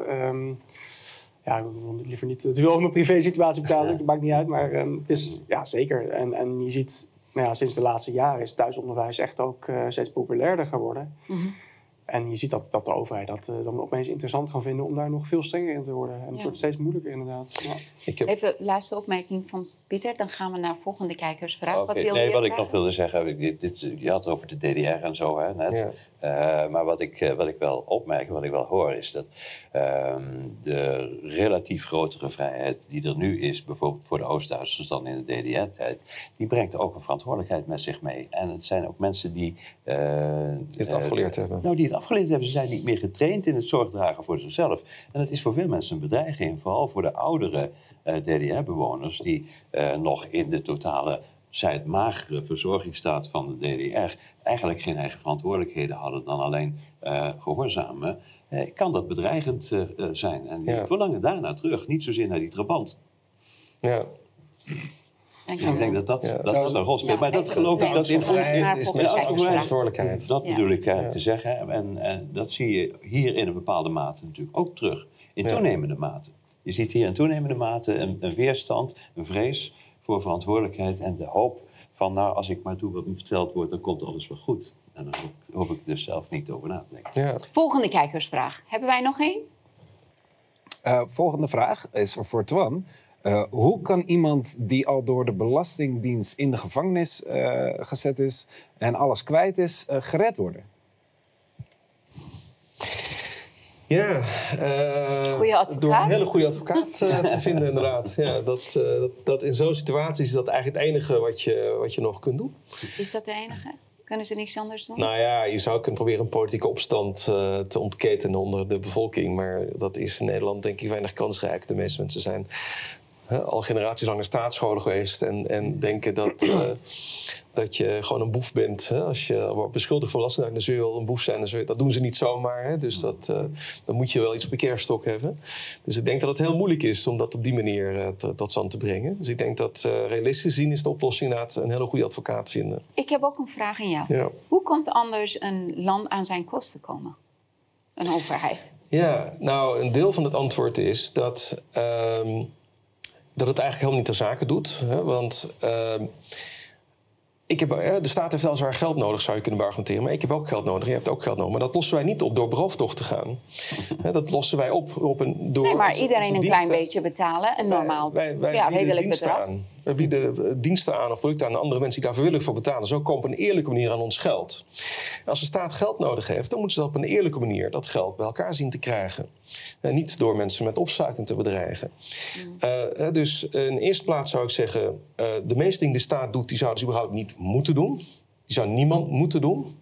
Ik wil liever niet te veel over mijn privé-situatie betalen. Dat maakt niet uit. Maar het is zeker. En je ziet, sinds de laatste jaren is thuisonderwijs echt ook steeds populairder geworden. Mm-hmm. En je ziet dat de overheid dat dan opeens interessant gaan vinden om daar nog veel strenger in te worden. En het wordt steeds moeilijker inderdaad. Ja. Even laatste opmerking van Pieter. Dan gaan we naar volgende kijkersvraag. Wat ik nog wilde zeggen. Je had het over de DDR en zo net. Ja. Maar wat ik wel opmerk, wat ik wel hoor, is dat de relatief grotere vrijheid die er nu is, bijvoorbeeld voor de Oost-Duitsers dan in de DDR-tijd, die brengt ook een verantwoordelijkheid met zich mee. En het zijn ook mensen die het afgeleerd hebben. Die het afgeleerd hebben. Ze zijn niet meer getraind in het zorgdragen voor zichzelf. En dat is voor veel mensen een bedreiging. Vooral voor de oudere DDR-bewoners die nog in de totale, zij het magere verzorgingsstaat van de DDR eigenlijk geen eigen verantwoordelijkheden hadden dan alleen gehoorzamen. Kan dat bedreigend zijn. En die verlangen daarna terug. Niet zozeer naar die trabant. Ja. Ik denk dat een rol speelt. Maar dat geloof ik dat in vrijheid is verantwoordelijkheid. Dat bedoel ik te zeggen. En dat zie je hier in een bepaalde mate natuurlijk ook terug. In toenemende mate. Je ziet hier in toenemende mate een weerstand, een vrees voor verantwoordelijkheid en de hoop van, als ik maar doe wat me verteld wordt, dan komt alles wel goed. En daar hoef ik dus zelf niet over na te denken. Ja. Volgende kijkersvraag. Hebben wij nog één? Volgende vraag is voor Twan. Hoe kan iemand die al door de Belastingdienst in de gevangenis gezet is en alles kwijt is, gered worden? Goeie advocaat. Door een hele goede advocaat te vinden, inderdaad. Ja, dat in zo'n situatie is dat eigenlijk het enige wat je nog kunt doen. Is dat de enige? Kunnen ze niks anders doen? Nou ja, je zou kunnen proberen een politieke opstand te ontketenen onder de bevolking. Maar dat is in Nederland denk ik weinig kansrijk. De meeste mensen zijn al generaties lang naar staatsscholen geweest en denken dat je gewoon een boef bent. Als je wordt beschuldigd van belasting, dan zul je wel een boef zijn. Dat doen ze niet zomaar. Dus dan moet je wel iets op een kerststok hebben. Dus ik denk dat het heel moeilijk is om dat op die manier tot stand te brengen. Dus ik denk dat realistisch gezien is de oplossing inderdaad een hele goede advocaat vinden. Ik heb ook een vraag aan jou. Ja. Hoe komt anders een land aan zijn kosten komen? Een overheid? Ja, nou een deel van het antwoord is dat het eigenlijk helemaal niet ter zake doet. Hè? Want de staat heeft weliswaar geld nodig, zou je kunnen argumenteren. Maar ik heb ook geld nodig, je hebt ook geld nodig. Maar dat lossen wij niet op door berooftocht te gaan. Dat lossen wij op door... Nee, maar iedereen een klein beetje betalen. Een normaal, redelijk bedrag. We bieden diensten aan of producten aan andere mensen die daar vrijwillig voor betalen. Zo komen op een eerlijke manier aan ons geld. Als de staat geld nodig heeft, dan moeten ze op een eerlijke manier dat geld bij elkaar zien te krijgen. Niet door mensen met opsluiting te bedreigen. Dus in de eerste plaats zou ik zeggen, de meeste dingen die de staat doet, die zouden ze überhaupt niet moeten doen. Die zou niemand moeten doen.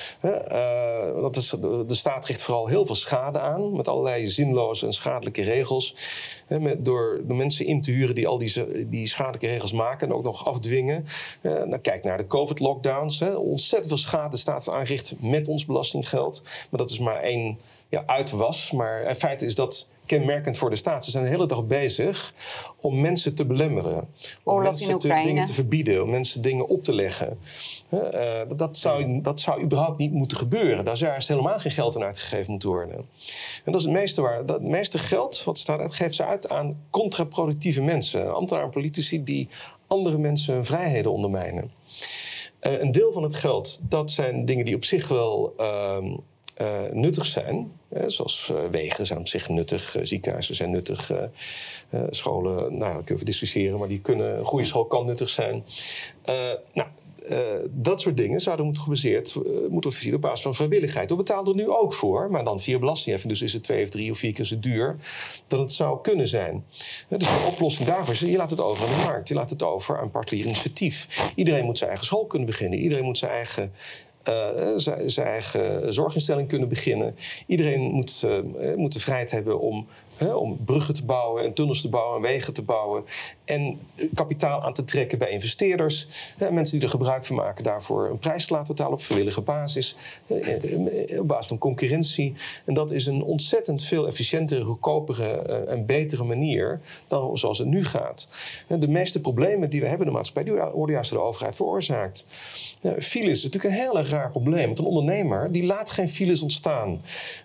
De staat richt vooral heel veel schade aan met allerlei zinloze en schadelijke regels. Door de mensen in te huren die al die schadelijke regels maken en ook nog afdwingen. Kijk naar de COVID-lockdowns. Ontzettend veel schade de staat aanricht met ons belastinggeld. Maar dat is maar één uitwas. Maar in feite is dat kenmerkend voor de staat. Ze zijn de hele dag bezig om mensen te belemmeren. Om mensen dingen te verbieden. Om mensen dingen op te leggen. Dat zou überhaupt niet moeten gebeuren. Daar zou juist helemaal geen geld aan uitgegeven moeten worden. En dat is het meeste waar. Het meeste geld wat de staat uitgeeft ze uit aan contraproductieve mensen. Ambtenaren en politici die andere mensen hun vrijheden ondermijnen. Een deel van het geld, dat zijn dingen die op zich wel nuttig zijn. Zoals wegen zijn op zich nuttig, ziekenhuizen zijn nuttig, scholen, daar kunnen we discussiëren, maar een goede school kan nuttig zijn. Dat soort dingen zouden moeten gebaseerd moeten worden op basis van vrijwilligheid. We betalen er nu ook voor, maar dan via belastingheffing. Dus is het 2 of 3 of 4 keer zo duur dan het zou kunnen zijn. Dus de oplossing daarvoor is, je laat het over aan de markt. Je laat het over aan particulier initiatief. Iedereen moet zijn eigen school kunnen beginnen. Iedereen moet zijn eigen zorginstelling kunnen beginnen. Iedereen moet de vrijheid hebben om bruggen te bouwen en tunnels te bouwen en wegen te bouwen. En kapitaal aan te trekken bij investeerders. Mensen die er gebruik van maken daarvoor een prijs te laten betalen op vrijwillige basis. Op basis van concurrentie. En dat is een ontzettend veel efficiëntere, goedkopere en betere manier dan zoals het nu gaat. De meeste problemen die we hebben in de maatschappij, die worden juist door de overheid veroorzaakt. Files is natuurlijk een heel erg raar probleem. Want een ondernemer die laat geen files ontstaan.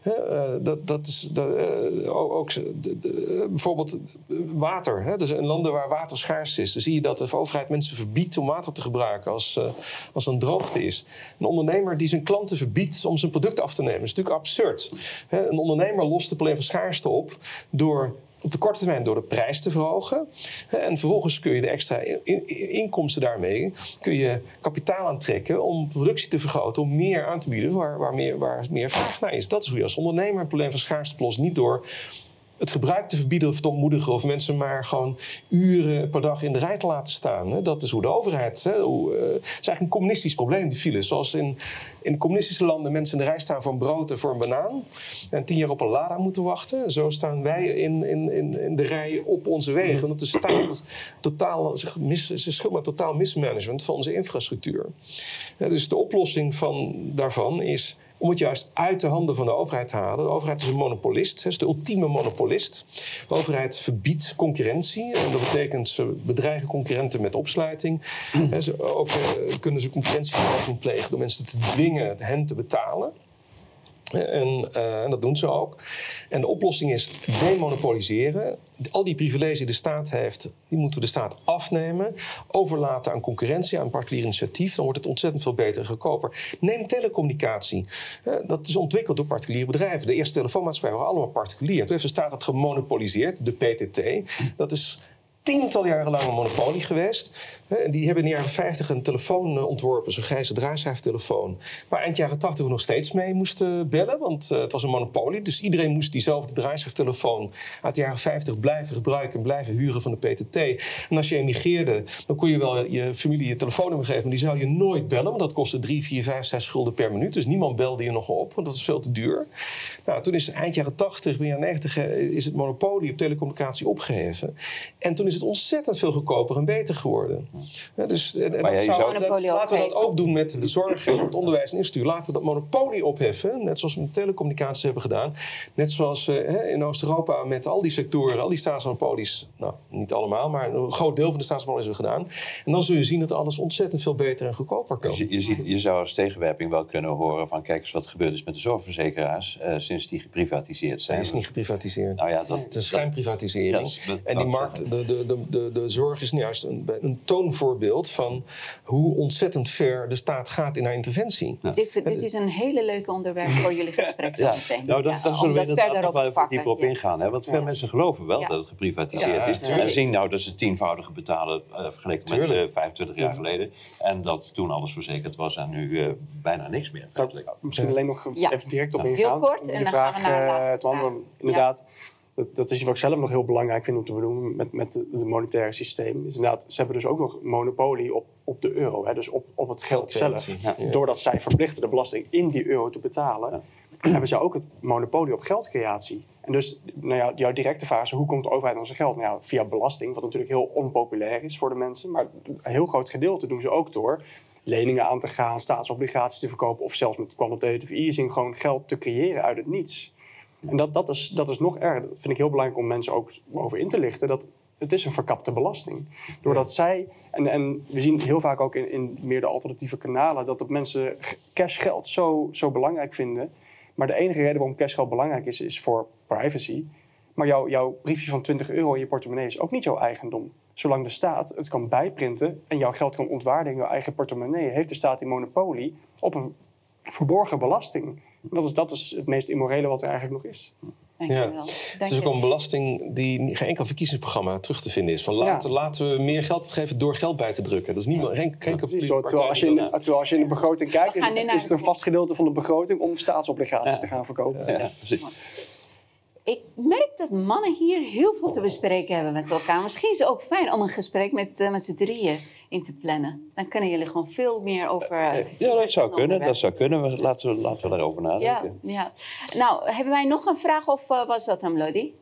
Bijvoorbeeld water. Dus in landen waar water schaars is, dan zie je dat de overheid mensen verbiedt om water te gebruiken als er een droogte is. Een ondernemer die zijn klanten verbiedt om zijn product af te nemen, is natuurlijk absurd. Een ondernemer lost het probleem van schaarste op door op de korte termijn door de prijs te verhogen. En vervolgens kun je de extra inkomsten daarmee kun je kapitaal aantrekken om productie te vergroten, om meer aan te bieden waar meer vraag naar is. Dat is hoe je als ondernemer een probleem van schaarste oplost. Niet door het gebruik te verbieden of te ontmoedigen of mensen maar gewoon uren per dag in de rij te laten staan. Dat is hoe de overheid. Het is eigenlijk een communistisch probleem, die files. Zoals in communistische landen mensen in de rij staan voor een brood en voor een banaan. En 10 jaar op een Lada moeten wachten. Zo staan wij in de rij op onze wegen. Omdat de staat ze schuld met totaal mismanagement van onze infrastructuur. Dus de oplossing daarvan is om het juist uit de handen van de overheid te halen. De overheid is een monopolist, is de ultieme monopolist. De overheid verbiedt concurrentie. En dat betekent ze bedreigen concurrenten met opsluiting. Ook kunnen ze concurrentieverhoging plegen door mensen te dwingen hen te betalen. En dat doen ze ook. En de oplossing is demonopoliseren. Al die privileges die de staat heeft, die moeten we de staat afnemen. Overlaten aan concurrentie, aan particulier initiatief. Dan wordt het ontzettend veel beter en goedkoper. Neem telecommunicatie. Dat is ontwikkeld door particuliere bedrijven. De eerste telefoonmaatschappijen waren allemaal particulier. Toen heeft de staat het gemonopoliseerd, de PTT. Dat is tientallen jaren lang een monopolie geweest. Die hebben in de jaren 50 een telefoon ontworpen, zo'n grijze draaischijftelefoon, waar eind jaren 80 we nog steeds mee moesten bellen, want het was een monopolie. Dus iedereen moest diezelfde draaischijftelefoon uit de jaren 50 blijven gebruiken en blijven huren van de PTT. En als je emigreerde, dan kon je wel je familie je telefoonnummer geven, maar die zou je nooit bellen, want dat kostte 3, 4, 5, 6 gulden per minuut. Dus niemand belde je nog op, want dat was veel te duur. Nou, toen is eind jaren 80, begin jaren 90 is het monopolie op telecommunicatie opgeheven. En toen is het ontzettend veel goedkoper en beter geworden. Laten we dat ook doen met de zorg en het onderwijs en infrastructuur. Laten we dat monopolie opheffen, net zoals we met telecommunicaties hebben gedaan. Net zoals in Oost-Europa met al die sectoren, al die staatsmonopolies, nou, niet allemaal, maar een groot deel van de staatsmonopolies hebben gedaan. En dan zul je zien dat alles ontzettend veel beter en goedkoper kan. Je zou als tegenwerping wel kunnen horen van kijk eens wat gebeurd is met de zorgverzekeraars sinds die geprivatiseerd zijn. Hij is niet geprivatiseerd. Nou ja, het is een schijnprivatisering. En die markt, de zorg is nu juist een toonvoorbeeld van hoe ontzettend ver de staat gaat in haar interventie. Ja. Dit is een hele leuke onderwerp voor jullie gesprek zo meteen. Nou, daar zullen we verder op wel dieper op ingaan. Hè? Want veel mensen geloven wel dat het geprivatiseerd is. En zien nou dat ze het 10-voudige betalen vergeleken met 25 jaar geleden. En dat toen alles verzekerd was en nu bijna niks meer. Misschien alleen nog even direct op ingaan. Heel kort en dan gaan we naar de laatste vraag. Inderdaad. dat is wat ik zelf nog heel belangrijk vind om te benoemen met het monetaire systeem. Is inderdaad, ze hebben dus ook nog monopolie op de euro. Hè, dus op het geld zelf. Ja. Doordat zij verplichten de belasting in die euro te betalen, hebben ze ook het monopolie op geldcreatie. En dus jouw directe vraag is, hoe komt de overheid aan zijn geld? Nou ja, via belasting, wat natuurlijk heel onpopulair is voor de mensen. Maar een heel groot gedeelte doen ze ook door leningen aan te gaan, staatsobligaties te verkopen of zelfs met quantitative easing gewoon geld te creëren uit het niets. En dat is nog erger. Dat vind ik heel belangrijk om mensen ook over in te lichten. Dat het is een verkapte belasting. Doordat zij, en we zien heel vaak ook in meer de alternatieve kanalen, dat mensen cashgeld zo belangrijk vinden. Maar de enige reden waarom cashgeld belangrijk is voor privacy. Maar jouw briefje van €20 in je portemonnee is ook niet jouw eigendom. Zolang de staat het kan bijprinten en jouw geld kan ontwaarden in jouw eigen portemonnee, heeft de staat die monopolie op een verborgen belasting. Dat is het meest immorele wat er eigenlijk nog is. Dankjewel. Het is ook een belasting die geen enkel verkiezingsprogramma terug te vinden is. Van laten we meer geld geven door geld bij te drukken. Dat is niet geen terwijl als je in de begroting kijkt, is het een vast gedeelte van de begroting om staatsobligaties te gaan verkopen. Ja, precies. Ik merk dat mannen hier heel veel te bespreken hebben met elkaar. Misschien is het ook fijn om een gesprek met z'n drieën in te plannen. Dan kunnen jullie gewoon veel meer over... ja, dat zou kunnen. Dat zou kunnen. Laten we daarover nadenken. Ja. Nou, hebben wij nog een vraag of was dat hem, Lodi?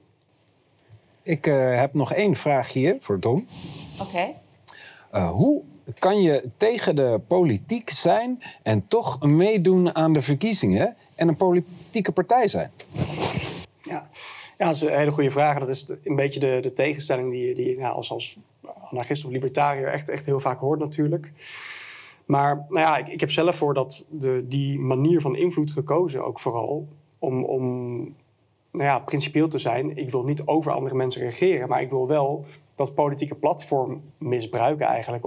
Ik heb nog 1 vraag hier voor Tom. Oké. Hoe kan je tegen de politiek zijn en toch meedoen aan de verkiezingen en een politieke partij zijn? Ja, dat is een hele goede vraag. Dat is een beetje de tegenstelling die je als anarchist of libertariër echt heel vaak hoort natuurlijk. Maar ik heb zelf voor die manier van invloed gekozen ook vooral om principieel te zijn. Ik wil niet over andere mensen regeren, maar ik wil wel dat politieke platform misbruiken eigenlijk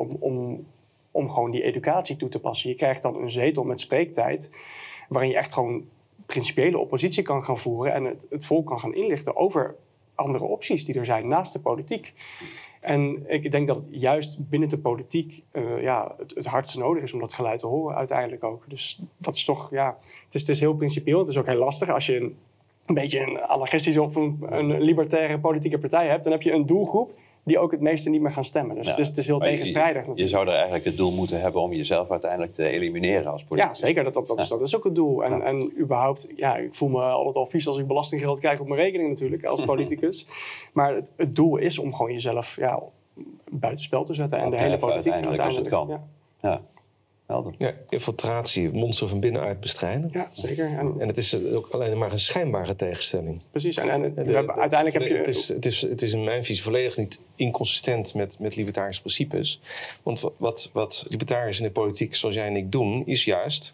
om gewoon die educatie toe te passen. Je krijgt dan een zetel met spreektijd waarin je echt gewoon principiële oppositie kan gaan voeren en het volk kan gaan inlichten over andere opties die er zijn naast de politiek. En ik denk dat het juist binnen de politiek het hardste nodig is om dat geluid te horen uiteindelijk ook. Dus dat is toch, het is heel principieel. Het is ook heel lastig als je een beetje een anarchistische of een libertaire politieke partij hebt. Dan heb je een doelgroep die ook het meeste niet meer gaan stemmen. Dus het is heel tegenstrijdig natuurlijk. Je zou er eigenlijk het doel moeten hebben om jezelf uiteindelijk te elimineren als politicus. Ja, zeker. Dat is ook het doel. En überhaupt, ik voel me altijd al vies als ik belastinggeld krijg op mijn rekening natuurlijk als politicus. Maar het doel is om gewoon jezelf buitenspel te zetten. En de hele politiek uiteindelijk als het kan. Ja. Ja, infiltratie, het monster van binnenuit bestrijden. Ja, zeker. En het is ook alleen maar een schijnbare tegenstelling. Precies. Uiteindelijk heb je... Het is in mijn visie volledig niet inconsistent met libertarische principes. Want wat libertariërs in de politiek zoals jij en ik doen, is juist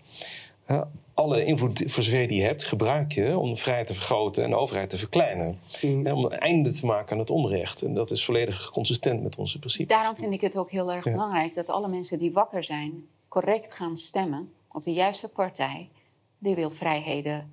alle invloed voor zover die je hebt, gebruik je om de vrijheid te vergroten en de overheid te verkleinen. Om een einde te maken aan het onrecht. En dat is volledig consistent met onze principes. Daarom vind ik het ook heel erg belangrijk dat alle mensen die wakker zijn correct gaan stemmen op de juiste partij die wil vrijheden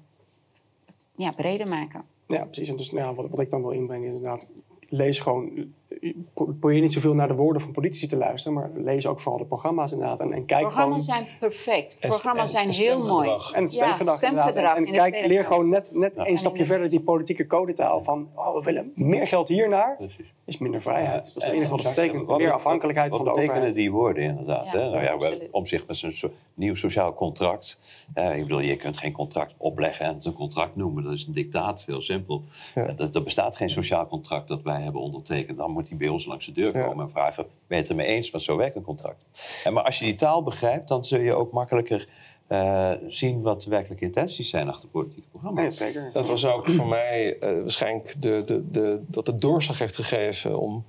breder maken. Ja, precies. En dus wat ik dan wil inbrengen is inderdaad, lees gewoon, probeer niet zoveel naar de woorden van politici te luisteren, maar lees ook vooral de programma's inderdaad. En kijk programma's zijn perfect. Programma's zijn heel mooi. En het stemgedrag. En leer gewoon net een stapje verder die politieke codetaal van we willen meer geld hiernaar. Is minder vrijheid. Dat is het enige wat het betekent. Meer afhankelijkheid van de overheid. Wat betekenen die woorden inderdaad? Om zich met zo'n nieuw sociaal contract. Ik bedoel, je kunt geen contract opleggen en het een contract noemen. Dat is een dictaat, heel simpel. Er bestaat geen sociaal contract dat wij hebben ondertekend. Dan moet die bij ons langs de deur komen en vragen, ben je het ermee eens? Want zo werkt een contract. Maar als je die taal begrijpt, dan zul je ook makkelijker zien wat de werkelijke intenties zijn achter politieke programma's. Ja, zeker. Dat was ook voor mij waarschijnlijk dat de doorslag heeft gegeven om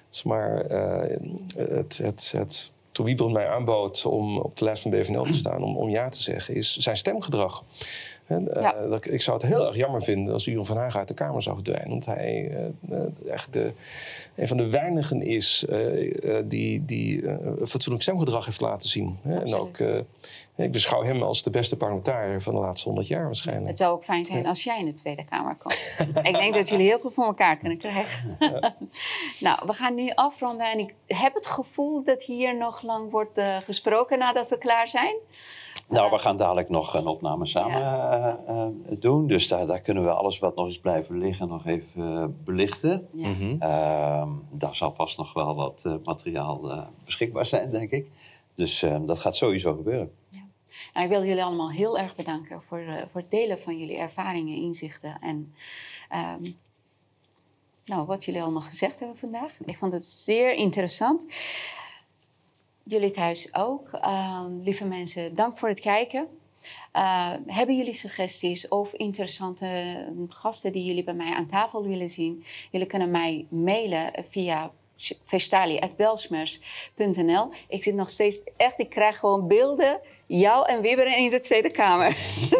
toen Wiebel mij aanbood om op de lijst van BVNL te staan, om ja te zeggen, is zijn stemgedrag. Ik zou het heel erg jammer vinden als Jeroen van Haga uit de Kamer zou verdwijnen. Want hij echt een van de weinigen is die fatsoenlijk stemgedrag heeft laten zien. En ook, ik beschouw hem als de beste parlementariër van de laatste 100 jaar waarschijnlijk. Het zou ook fijn zijn als jij in de Tweede Kamer komt. Ik denk dat jullie heel veel voor elkaar kunnen krijgen. Nou, we gaan nu afronden. En ik heb het gevoel dat hier nog lang wordt gesproken nadat we klaar zijn. Nou, we gaan dadelijk nog een opname samen doen. Dus daar kunnen we alles wat nog eens blijven liggen nog even belichten. Ja. Daar zal vast nog wel wat materiaal beschikbaar zijn, denk ik. Dus dat gaat sowieso gebeuren. Ja. Nou, ik wil jullie allemaal heel erg bedanken voor het delen van jullie ervaringen, inzichten en wat jullie allemaal gezegd hebben vandaag. Ik vond het zeer interessant. Jullie thuis ook. Lieve mensen, dank voor het kijken. Hebben jullie suggesties of interessante gasten die jullie bij mij aan tafel willen zien? Jullie kunnen mij mailen via vestali@welsmers.nl. Ik zit nog steeds echt, ik krijg gewoon beelden, jou en Wibber in de Tweede Kamer.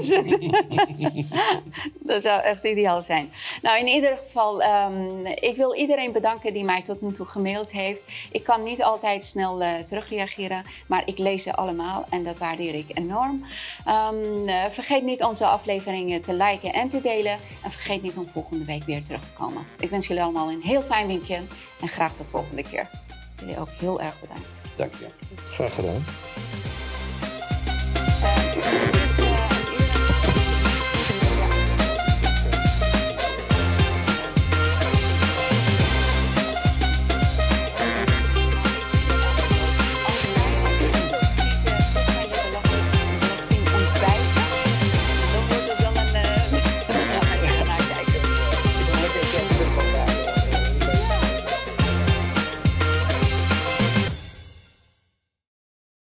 Dat zou echt ideaal zijn. Nou, in ieder geval, ik wil iedereen bedanken die mij tot nu toe gemaild heeft. Ik kan niet altijd snel terugreageren, maar ik lees ze allemaal en dat waardeer ik enorm. Vergeet niet onze afleveringen te liken en te delen. En vergeet niet om volgende week weer terug te komen. Ik wens jullie allemaal een heel fijn weekend en graag tot volgende keer. Jullie ook heel erg bedankt. Dank je. Graag gedaan.